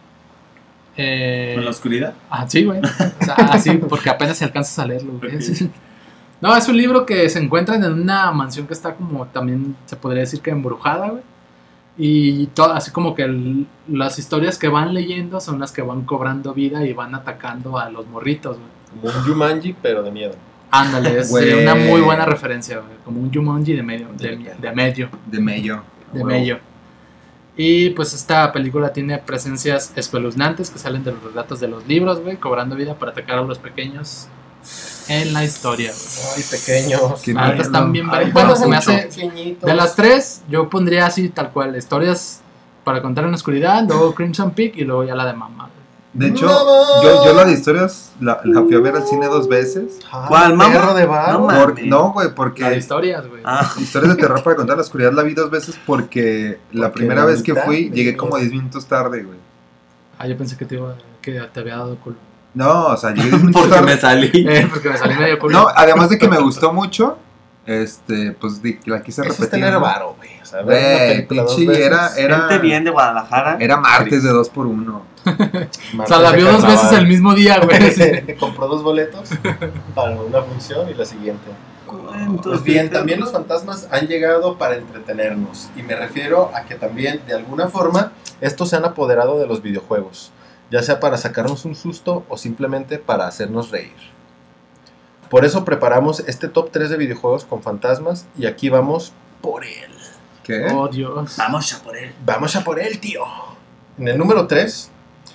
¿En la oscuridad? ah, sí, güey. O sea, así, porque apenas se alcanza a leerlo, güey. Ok. Sí. No, es un libro que se encuentra en una mansión que está como también se podría decir que embrujada, güey. Y todo, así como que las historias que van leyendo son las que van cobrando vida y van atacando a los morritos, güey. Como un Jumanji, pero de miedo. Ándale, es Güey. una muy buena referencia, güey. Como un Jumanji de medio. De Mello. De medio. Y pues esta película tiene presencias espeluznantes que salen de los relatos de los libros, güey, cobrando vida para atacar a los pequeños en la historia, güey. Ay, pequeños. Qué La neta miedo. están bien Ay, bueno, se me mucho. hace Pequeñitos. de las tres, yo pondría así tal cual, historias para contar en la oscuridad, luego Crimson Peak y luego ya la de mamá. De hecho, No. yo la de historias la fui a ver al cine 2 veces. Ay, ¿Cuál, mamá? Perro de barro. No, mames. No, güey, La de porque historias, güey. Ah, historias de terror para contar la oscuridad la vi 2 veces porque la Porque primera la vez que mitad fui de- llegué como 10 minutos tarde, güey. Ah, yo pensé que te había dado culo. No, o sea, llegué 10 minutos porque me tarde. salí. Porque me salí medio culo. No, además de que me gustó mucho, pues la quise Eso es repetir. tener ¿no? varo, güey. O sea, ver una Güey, película dos pinche, veces. Gente bien de Guadalajara. era martes de 2x1. O sea, la vio 2 veces el mismo día, güey. Sí. Compró 2 boletos para una función y la siguiente. Cuentos Pues bien, de también los terror. fantasmas han llegado para entretenernos. Y me refiero a que también, de alguna forma, estos se han apoderado de los videojuegos. Ya sea para sacarnos un susto o simplemente para hacernos reír. Por eso preparamos este top 3 de videojuegos con fantasmas y aquí vamos por él. ¿Qué? Oh, Dios. Vamos a por él. Vamos a por él, tío. En el número 3,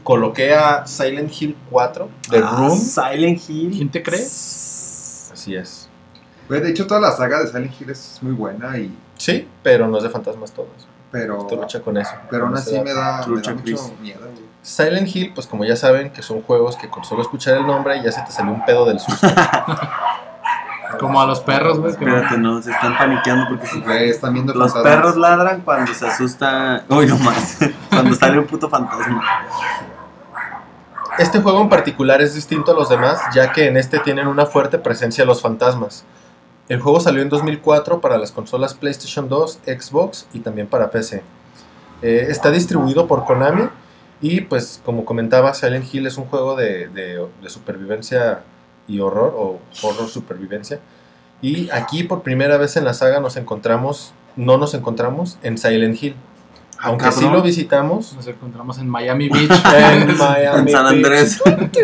coloqué a Silent Hill 4, The Room. Silent Hill. ¿Quién te cree? Así es. Güey, de hecho, toda la saga de Silent Hill es muy buena, Sí, pero no es de fantasmas todos. pero Tú lucha con eso. aún Con así ese me dato. da Trucha, mucho Chris. miedo, güey. Silent Hill, pues como ya saben, que son juegos que con solo escuchar el nombre ya se te salió un pedo del susto. Como a los perros, güey. que Espérate, no, se están paniqueando porque Güey, están viendo los fantasmas. perros ladran cuando se asusta. Uy, no más. Cuando sale un puto fantasma. Este juego en particular es distinto a los demás, ya que en este tienen una fuerte presencia los fantasmas. El juego salió en 2004 para las consolas PlayStation 2, Xbox y también para PC. Está distribuido por Konami y pues como comentaba, Silent Hill es un juego de supervivencia y horror, o horror supervivencia. Y aquí por primera vez en la saga no nos encontramos en Silent Hill. Aunque sí cabrón. lo visitamos nos encontramos en Miami Beach. en Miami En San Andrés.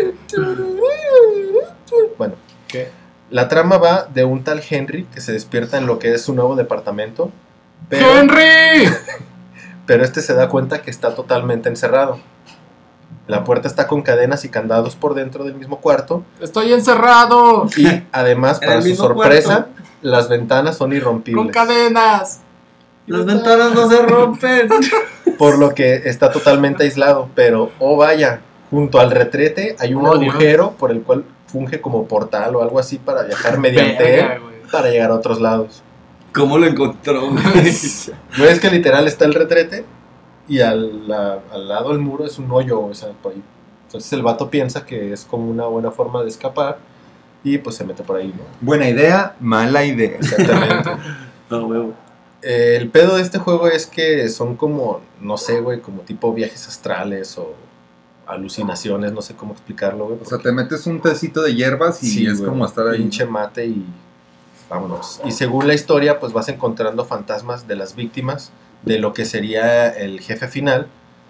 Bueno, ¿Qué? la trama va de un tal Henry que se despierta en lo que es su nuevo departamento, pero, ¡Henry! pero este se da cuenta que está totalmente encerrado. La puerta está con cadenas y candados por dentro del mismo cuarto ¡Estoy encerrado! y además, En para el su mismo sorpresa, cuarto. las ventanas son ¡Con irrompibles, cadenas! Las ventanas no se rompen. por lo que está totalmente aislado, pero oh vaya, junto al retrete hay un Oh, Dios. agujero por el cual funge como portal o algo así para viajar mediante Verga, él güey. para llegar a otros lados. ¿Cómo lo encontró? ¿No es que literal está el retrete y al lado del muro es un hoyo, o sea, por ahí? Entonces el vato piensa que es como una buena forma de escapar y pues se mete por ahí, ¿no? Buena idea, mala idea. Exactamente. No, huevo. El pedo de este juego es que son como, no sé, güey, como tipo viajes astrales o alucinaciones, no sé cómo explicarlo, güey. O sea, te metes un tecito de hierbas y Sí, es güey, como estar ahí. pinche mate y vámonos. Y según la historia, pues vas encontrando fantasmas de las víctimas de lo que sería el jefe final.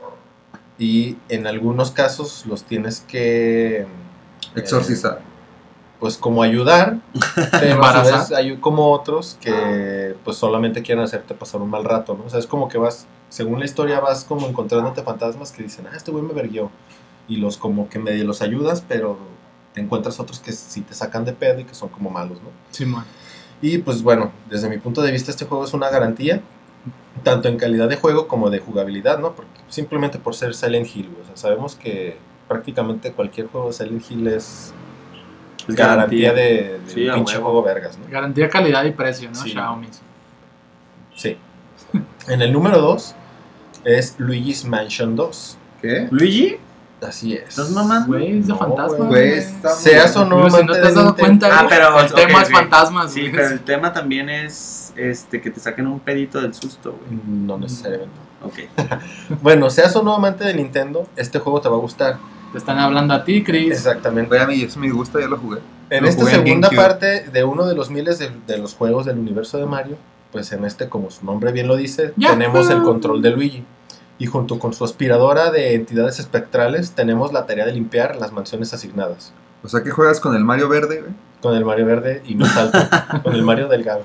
Y en algunos casos los tienes que Exorcizar. pues como ayudar, pero a su Embarazar. vez hay como otros que pues solamente quieren hacerte pasar un mal rato, ¿no? O sea, es como que vas, según la historia, vas como encontrándote fantasmas que dicen, este güey me verguió. Y los como que medio los ayudas, pero te encuentras otros que sí te sacan de pedo y que son como malos, ¿no? Simón. Y pues bueno, desde mi punto de vista este juego es una garantía, tanto en calidad de juego como de jugabilidad, ¿no? Porque simplemente por ser Silent Hill, güey. O sea, sabemos que prácticamente cualquier juego de Silent Hill es garantía de Sí, un a pinche huevo. juego vergas, ¿no? Garantía, calidad y precio, ¿no? Sí. Xiaomi. Sí. En el número 2 es Luigi's Mansion 2. ¿Qué? ¿Luigi? Así es. ¿Estás mamando? Güey, es de No, fantasma. Güey, está muy Seas o bueno. no Pero si no amante te has de dado Nintendo. cuenta, Ah, güey, pero, el ok, tema es ok. fantasmas. Sí, güey. pero el tema también es que te saquen un pedito del susto, güey. No necesariamente. Ok. Bueno, seas o no amante de Nintendo, este juego te va a gustar. Te están hablando a ti, Chris. Exactamente. Güey, a mí eso me gusta, ya lo jugué. En Lo esta jugué en segunda GameCube. parte de uno de los miles de los juegos del universo de Mario, pues en este, como su nombre bien lo dice, ¡Yahoo! tenemos el control de Luigi. Y junto con su aspiradora de entidades espectrales, tenemos la tarea de limpiar las mansiones asignadas. O sea, que juegas con el Mario Verde, güey. Con el Mario verde y más alto, con el Mario delgado.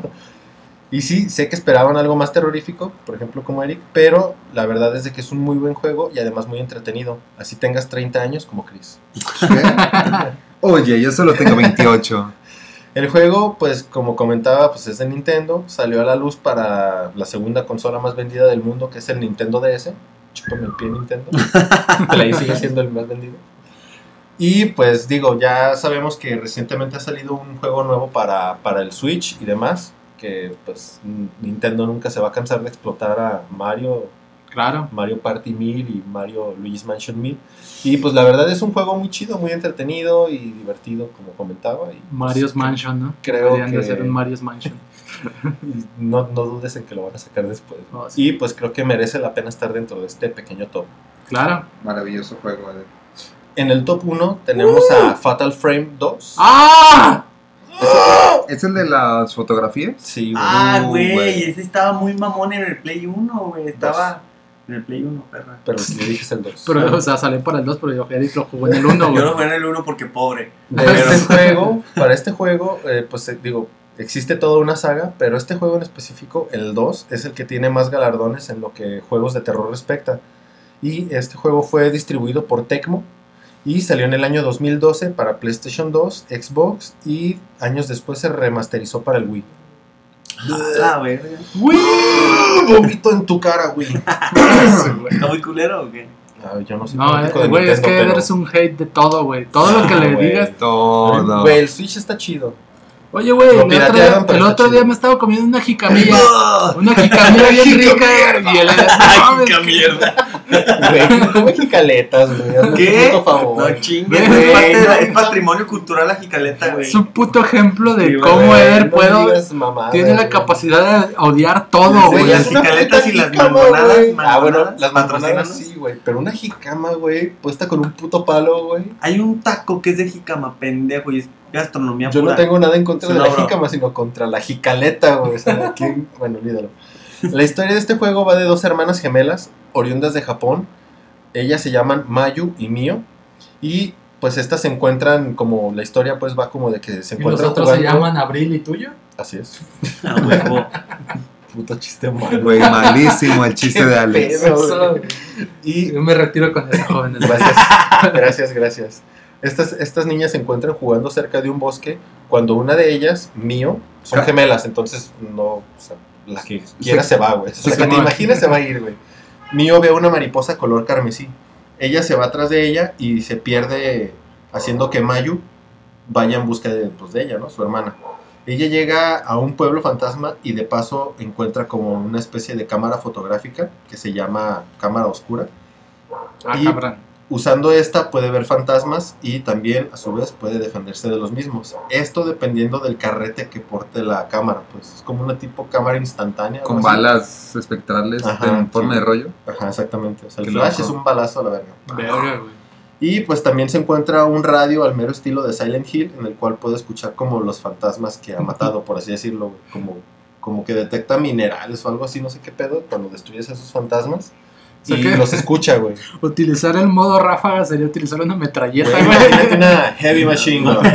Y sí, sé que esperaban algo más terrorífico, por ejemplo como Eric, pero la verdad es de que es un muy buen juego y además muy entretenido. Así tengas 30 años como Chris. ¿Qué? Oye, yo solo tengo 28. El juego, pues como comentaba, pues es de Nintendo, salió a la luz para la segunda consola más vendida del mundo, que es el Nintendo DS. Chúpame el pie, Nintendo. Play sigue siendo el más vendido. Y pues digo, ya sabemos que recientemente ha salido un juego nuevo para el Switch y demás, que pues Nintendo nunca se va a cansar de explotar a Claro. Mario Party 1000 y Mario Luigi's Mansion 1000. Y pues la verdad es un juego muy chido, muy entretenido y divertido, como comentaba. Y, pues, Mario's Mansion, ¿no? creo Deberían de que- hacer un Mario's Mansion. no dudes en que lo van a sacar después. Oh, sí. Y pues creo que merece la pena estar dentro de este pequeño top. Claro. Maravilloso juego, güey. En el top 1 tenemos a Fatal Frame 2. ¡Ah! ¿Es el de las fotografías? Sí, güey. Ah, güey. güey, ese estaba muy mamón en el Play 1, güey. Estaba en el Play 1, perra. Pero si le dije el 2. Pero, o sea, salió para el 2, pero yo Eric lo jugó en el 1, Yo güey. lo jugué en el 1 porque pobre. Para este juego, pues digo, existe toda una saga, pero este juego en específico, el 2, es el que tiene más galardones en lo que juegos de terror respecta. Y este juego fue distribuido por Tecmo y salió en el año 2012 para PlayStation 2, Xbox y años después se remasterizó para el Wii. La verga. Vomito en tu cara, Wii. ¿Está muy culero o qué? Yo no sé. No, güey, es que eres un hate de todo, güey. Todo lo que le digas. Todo. Güey, el Switch está chido. Oye, güey, Lo el piratearon, pero otro está día chido. me estaba comiendo una jicamilla. Una jicamilla bien rica. Y él ¡Qué mierda! Güey, come jicaletas, güey. Hazme ¿Qué? un puto favor. No chingues, Güey, güey. no, Es no. patrimonio cultural la jicaleta, güey. Es un puto ejemplo de Sí, güey, cómo Eder no digas mamadas, tiene la güey. capacidad de odiar todo, Güey, güey. las es una jicaletas puta y las jícama, mangonadas, güey. mangonadas, Bueno, las mangonadas patrocínanos. sí, güey. Pero una jicama, güey, puesta con un puto palo, güey. Hay un taco que es de jícama, pendejo, y es gastronomía Yo pura. no tengo nada en contra Sí, de no, la bro. jícama, sino contra la jicaleta, güey. O sea, ¿quién? Bueno, olvídalo. La historia de este juego va de dos hermanas gemelas, oriundas de Japón. Ellas se llaman Mayu y Mio. Y pues estas se encuentran como, la historia pues va como de que se Y los encuentran otros se jugando. llaman Abril y Tuyo. Así es. Ah, huevo. Puto chiste malo. Güey, malísimo el chiste de Alex. Pedo, güey. Y Yo me retiro con eso, jóvenes. Gracias. Estas niñas se encuentran jugando cerca de un bosque cuando una de ellas, Mio, son gemelas, entonces no, o sea, la que quiera se va, güey. O sea, la que te imagines se va a ir, güey. Mio ve una mariposa color carmesí. Ella se va atrás de ella y se pierde haciendo que Mayu vaya en busca de, pues, de ella, ¿no? Su hermana. Ella llega a un pueblo fantasma y de paso encuentra como una especie de cámara fotográfica que se llama cámara oscura. Ah, Y- cabrón. Usando esta puede ver fantasmas y también a su vez puede defenderse de los mismos. Esto dependiendo del carrete que porte la cámara, pues es como una tipo cámara instantánea. Con algo así. balas espectrales Ajá, en forma sí. de rollo. Ajá, exactamente. O sea, el Qué flash loco. es un balazo a la verga. Verga, güey. Y pues también se encuentra un radio al mero estilo de Silent Hill en el cual puede escuchar como los fantasmas que ha matado, por así decirlo, güey. Como que detecta minerales o algo así, no sé qué pedo, cuando destruyes a esos fantasmas. O sea Y que- los escucha, güey. Utilizar el modo ráfaga sería utilizar una metralleta, Güey, güey. imagínate una heavy machine gun.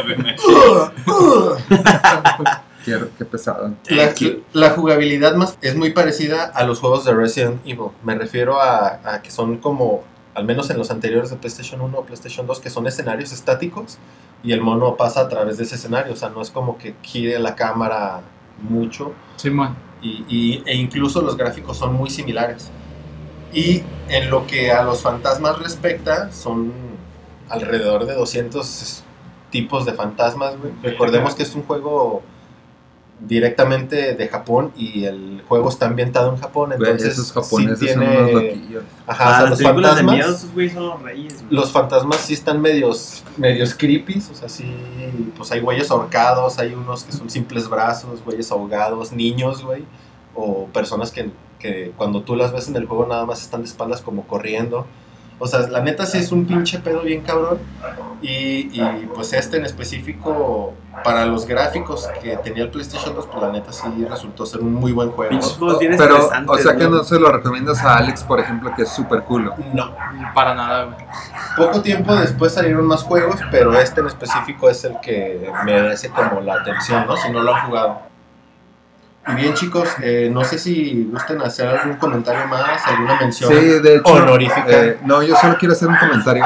Qué pesado. La jugabilidad más es muy parecida a los juegos de Resident Evil. Me refiero a que son como, al menos en los anteriores de PlayStation 1 o PlayStation 2, que son escenarios estáticos y el mono pasa a través de ese escenario. O sea, no es como que gire la cámara mucho Simón. e incluso los gráficos son muy similares. Y en lo que a los fantasmas respecta, son alrededor de 200 tipos de fantasmas, güey. Recordemos que es un juego directamente de Japón y el juego está ambientado en Japón, Güey, entonces esos japoneses sí son unos loquillos. Ajá, o sea, Las los películas de miedo, fantasmas, esos güeyes son los reyes, güey. los fantasmas sí están medios creepy, o sea, sí, pues hay güeyes ahorcados, hay unos que son simples brazos, güeyes ahogados, niños, güey, o personas que cuando tú las ves en el juego nada más están de espaldas como corriendo. O sea, la neta sí es un pinche pedo bien cabrón. Y pues este en específico, para los gráficos que tenía el PlayStation 2, pues la neta sí resultó ser un muy buen juego. Pinches juegos bien Pero, estresantes, o sea que güey. no se lo recomiendas a Alex, por ejemplo, que es súper cool. No. Para nada, güey. Poco tiempo después salieron más juegos, pero este en específico es el que merece como la atención, ¿no? Si no lo han jugado. Y bien, chicos, no sé si gusten hacer algún comentario más, alguna mención Sí, de hecho. honorífica. No, yo solo quiero hacer un comentario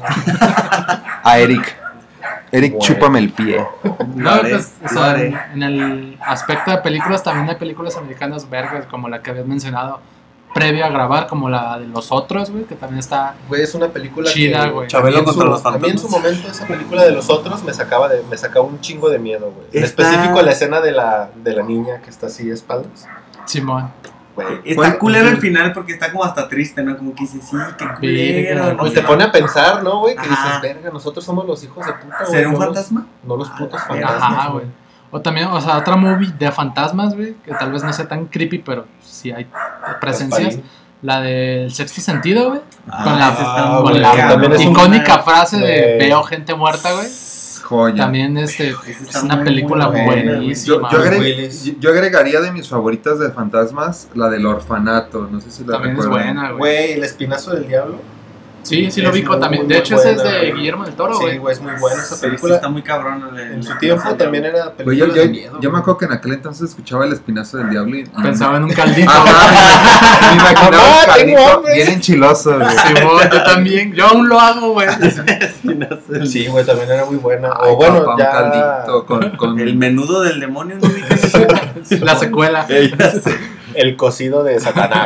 a Eric. Eric, Bueno. chúpame el pie. No, Lo haré, pues, o lo sea, haré. en el aspecto de películas también hay películas americanas vergas, como la que habías mencionado previo a grabar, como la de Los Otros, güey, que también está Güey, es una película chida, que güey. Chabelo a mí en contra su- los A mí en su fantasmas. momento esa película de Los Otros me sacaba un chingo de miedo, güey. En Está- específico la escena de la niña que está así de espaldas. Simón. Güey. Está Bueno, culero el final porque está como hasta triste, ¿no? Como que dices, sí, qué culero. Verga, Y te pone a pensar, ¿no, güey? Que dices, Ajá. verga, nosotros somos los hijos de puta, güey. ¿Será un no los- fantasma? No los putos Ajá, fantasmas. Ajá, güey. O también, o sea, otra movie de fantasmas, güey, que tal vez no sea tan creepy, pero sí hay presencias. Gasparín. La del sexto sentido, güey. Ah, Con la- ese está con muy la- cabrón. también es un- Icónica frase de Güey. veo gente muerta, güey. Joya. También Esa es está una muy, película muy buena, buenísima. Yo, Bruce agre- Willis. yo agregaría de mis favoritas de fantasmas la del orfanato. No sé si la También es recuerdan. buena, güey. Güey, el espinazo del diablo. Sí, sí lo Es ubico muy, también. muy De hecho, ese es buena, de güey. Guillermo del Toro, Sí, güey. güey, es muy buena esa Sí, película. está muy cabrón. En su tiempo también era Güey, película de miedo. yo me güey. acuerdo que en aquel entonces escuchaba El Espinazo del Diablo y Pensaba en un caldito. Ajá, me imaginaba Mamá, un tengo caldito hambre. bien enchiloso, güey. Simón, yo también. Yo aún lo hago, güey. Sí, güey, también era muy buena. Ay, O bueno, papá, un ya. caldito con El menudo del demonio, ¿no? La secuela. El cocido de Satanás.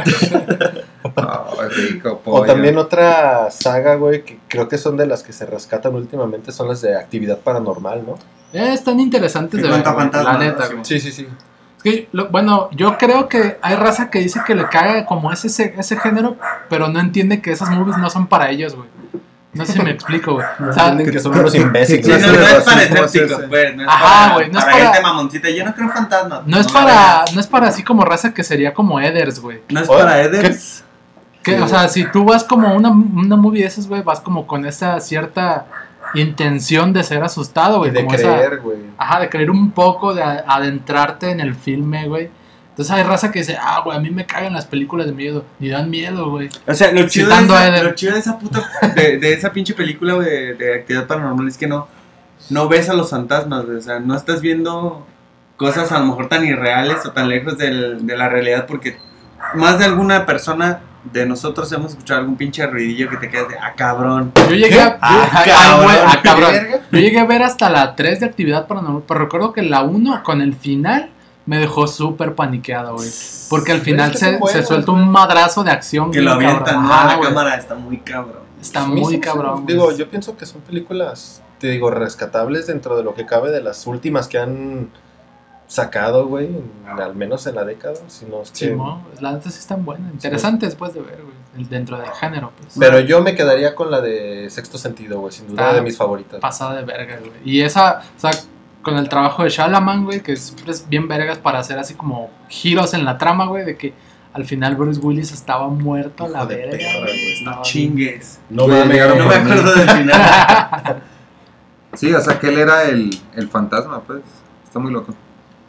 Ay, rico, O pollo. también otra saga, güey, que creo que son de las que se rescatan últimamente, son las de Actividad Paranormal, ¿no? Están interesantes de ver, Cuenta güey, fantasmas, la ¿no? neta, Sí. güey. Sí, sí, sí. Es que, bueno, yo creo que hay raza que dice que le caga como ese género, pero no entiende que esas movies no son para ellos, güey. No sé si me explico, güey. O sea, Entienden que son unos Sí, imbéciles. clase no, de no es para racismo es escépticos, ese? pues. No es Ajá, para, güey, no es para para- gente mamoncita. Yo no creo en fantasmas. no es la para, verdad. no es para así como raza que sería como Edders, güey. No es Oye, para Eders. Que, Sí, o sea, si tú vas como una movie de esas, güey, vas como con esa cierta intención de ser asustado, Y güey. de como creer, güey. Ajá, de creer un poco, de adentrarte en el filme, güey. Entonces hay raza que dice, güey, a mí me cagan las películas de miedo. Ni dan miedo, güey. O sea, lo chido, Citando a Eder. lo chido de esa puta. De esa pinche película, güey, de Actividad Paranormal es que no ves a los fantasmas, güey. O sea, no estás viendo cosas a lo mejor tan irreales o tan lejos de la realidad porque más de alguna persona de nosotros hemos escuchado algún pinche ruidillo que te quedas de, cabrón. Yo llegué a... cabrón. cabrón. Verga. Yo llegué a ver hasta la 3 de Actividad Paranormal, pero recuerdo que la 1 con el final me dejó súper paniqueado, güey. Porque al final Es que son se buenas, suelta güey. un madrazo de acción. Que bien lo avientan, cabrón. ¿no? A Ajá, la güey. cámara está muy cabrón. Está A mí muy sí, cabrón. Digo, güey. yo pienso que son películas, te digo, rescatables dentro de lo que cabe de las últimas que han sacado, güey, al menos en la década. Si no es que... Sí, no, las neta sí están buenas. Interesantes después de ver, güey. Dentro del género, pues. Pero yo me quedaría con la de Sexto Sentido, güey, sin duda Ah, de mis favoritas. Pasada de verga, güey. Y esa, o sea, con el trabajo de Shalaman, güey, que es bien vergas para hacer así como giros en la trama, güey, de que al final Bruce Willis estaba muerto a la Hijo de verga, perra, güey. güey. Estaba No chingues. No Güey, mames, llegaron No por me mí. acuerdo del final. Sí, o sea que él era el fantasma, pues. Está muy loco.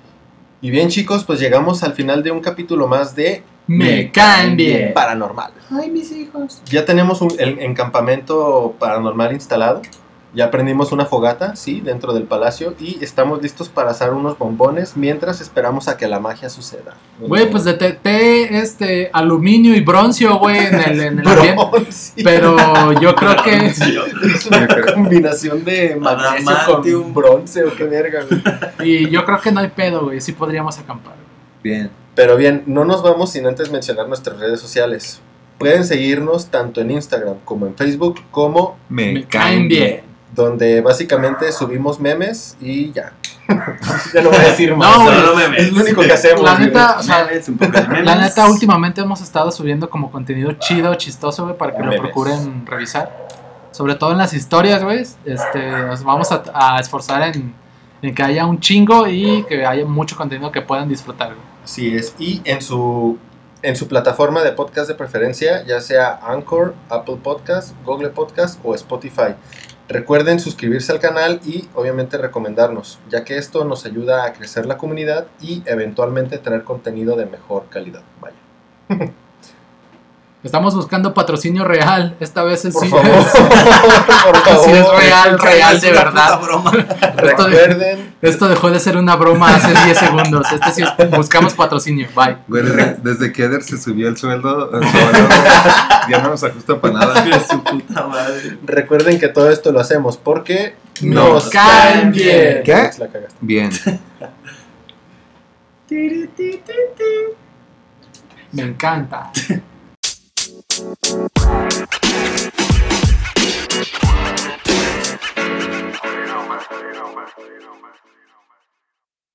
Y bien, chicos, pues llegamos al final de un capítulo más de Me caen bien. Paranormal. Ay, mis hijos. Ya tenemos el encampamento paranormal instalado. Ya aprendimos una fogata, sí, dentro del palacio. Y estamos listos para asar unos bombones mientras esperamos a que la magia suceda. Güey, pues de té, aluminio y broncio, güey, en el ambiente. Bronce. Pero yo creo que Es una combinación de magnesio Adamantium. con bronce o qué verga, güey. y yo creo que no hay pedo, güey. Sí podríamos acampar. Bien. Pero bien, no nos vamos sin antes mencionar nuestras redes sociales. Pueden seguirnos tanto en Instagram como en Facebook como Me caen bien. donde básicamente subimos memes y ya. Ya no voy a decir No, más. güey, Solo memes. Es lo único que hacemos. La güey. neta, o sea, Memes, un poco de memes. la neta, últimamente hemos estado subiendo como contenido chido, chistoso, güey, para que lo Memes. procuren revisar. Sobre todo en las historias, güey. Nos vamos a esforzar en que haya un chingo y que haya mucho contenido que puedan disfrutar, güey. Así es. Y en su plataforma de podcast de preferencia, ya sea Anchor, Apple Podcast, Google Podcast o Spotify. Recuerden suscribirse al canal y obviamente recomendarnos, ya que esto nos ayuda a crecer la comunidad y eventualmente tener contenido de mejor calidad. Vaya. Estamos buscando patrocinio real. Esta vez es Por sí. favor, por favor. Sí, es real, real, Es de una verdad. puta broma. Recuerden, Esto dejó de ser una broma hace 10 segundos. Sí es, buscamos patrocinio. Bye. Güey, desde que Eder se subió el sueldo, ya no nos ajusta para nada. De su puta madre. recuerden que todo esto lo hacemos porque Nos caen bien. ¿Qué? La cagaste. Bien. Me encanta.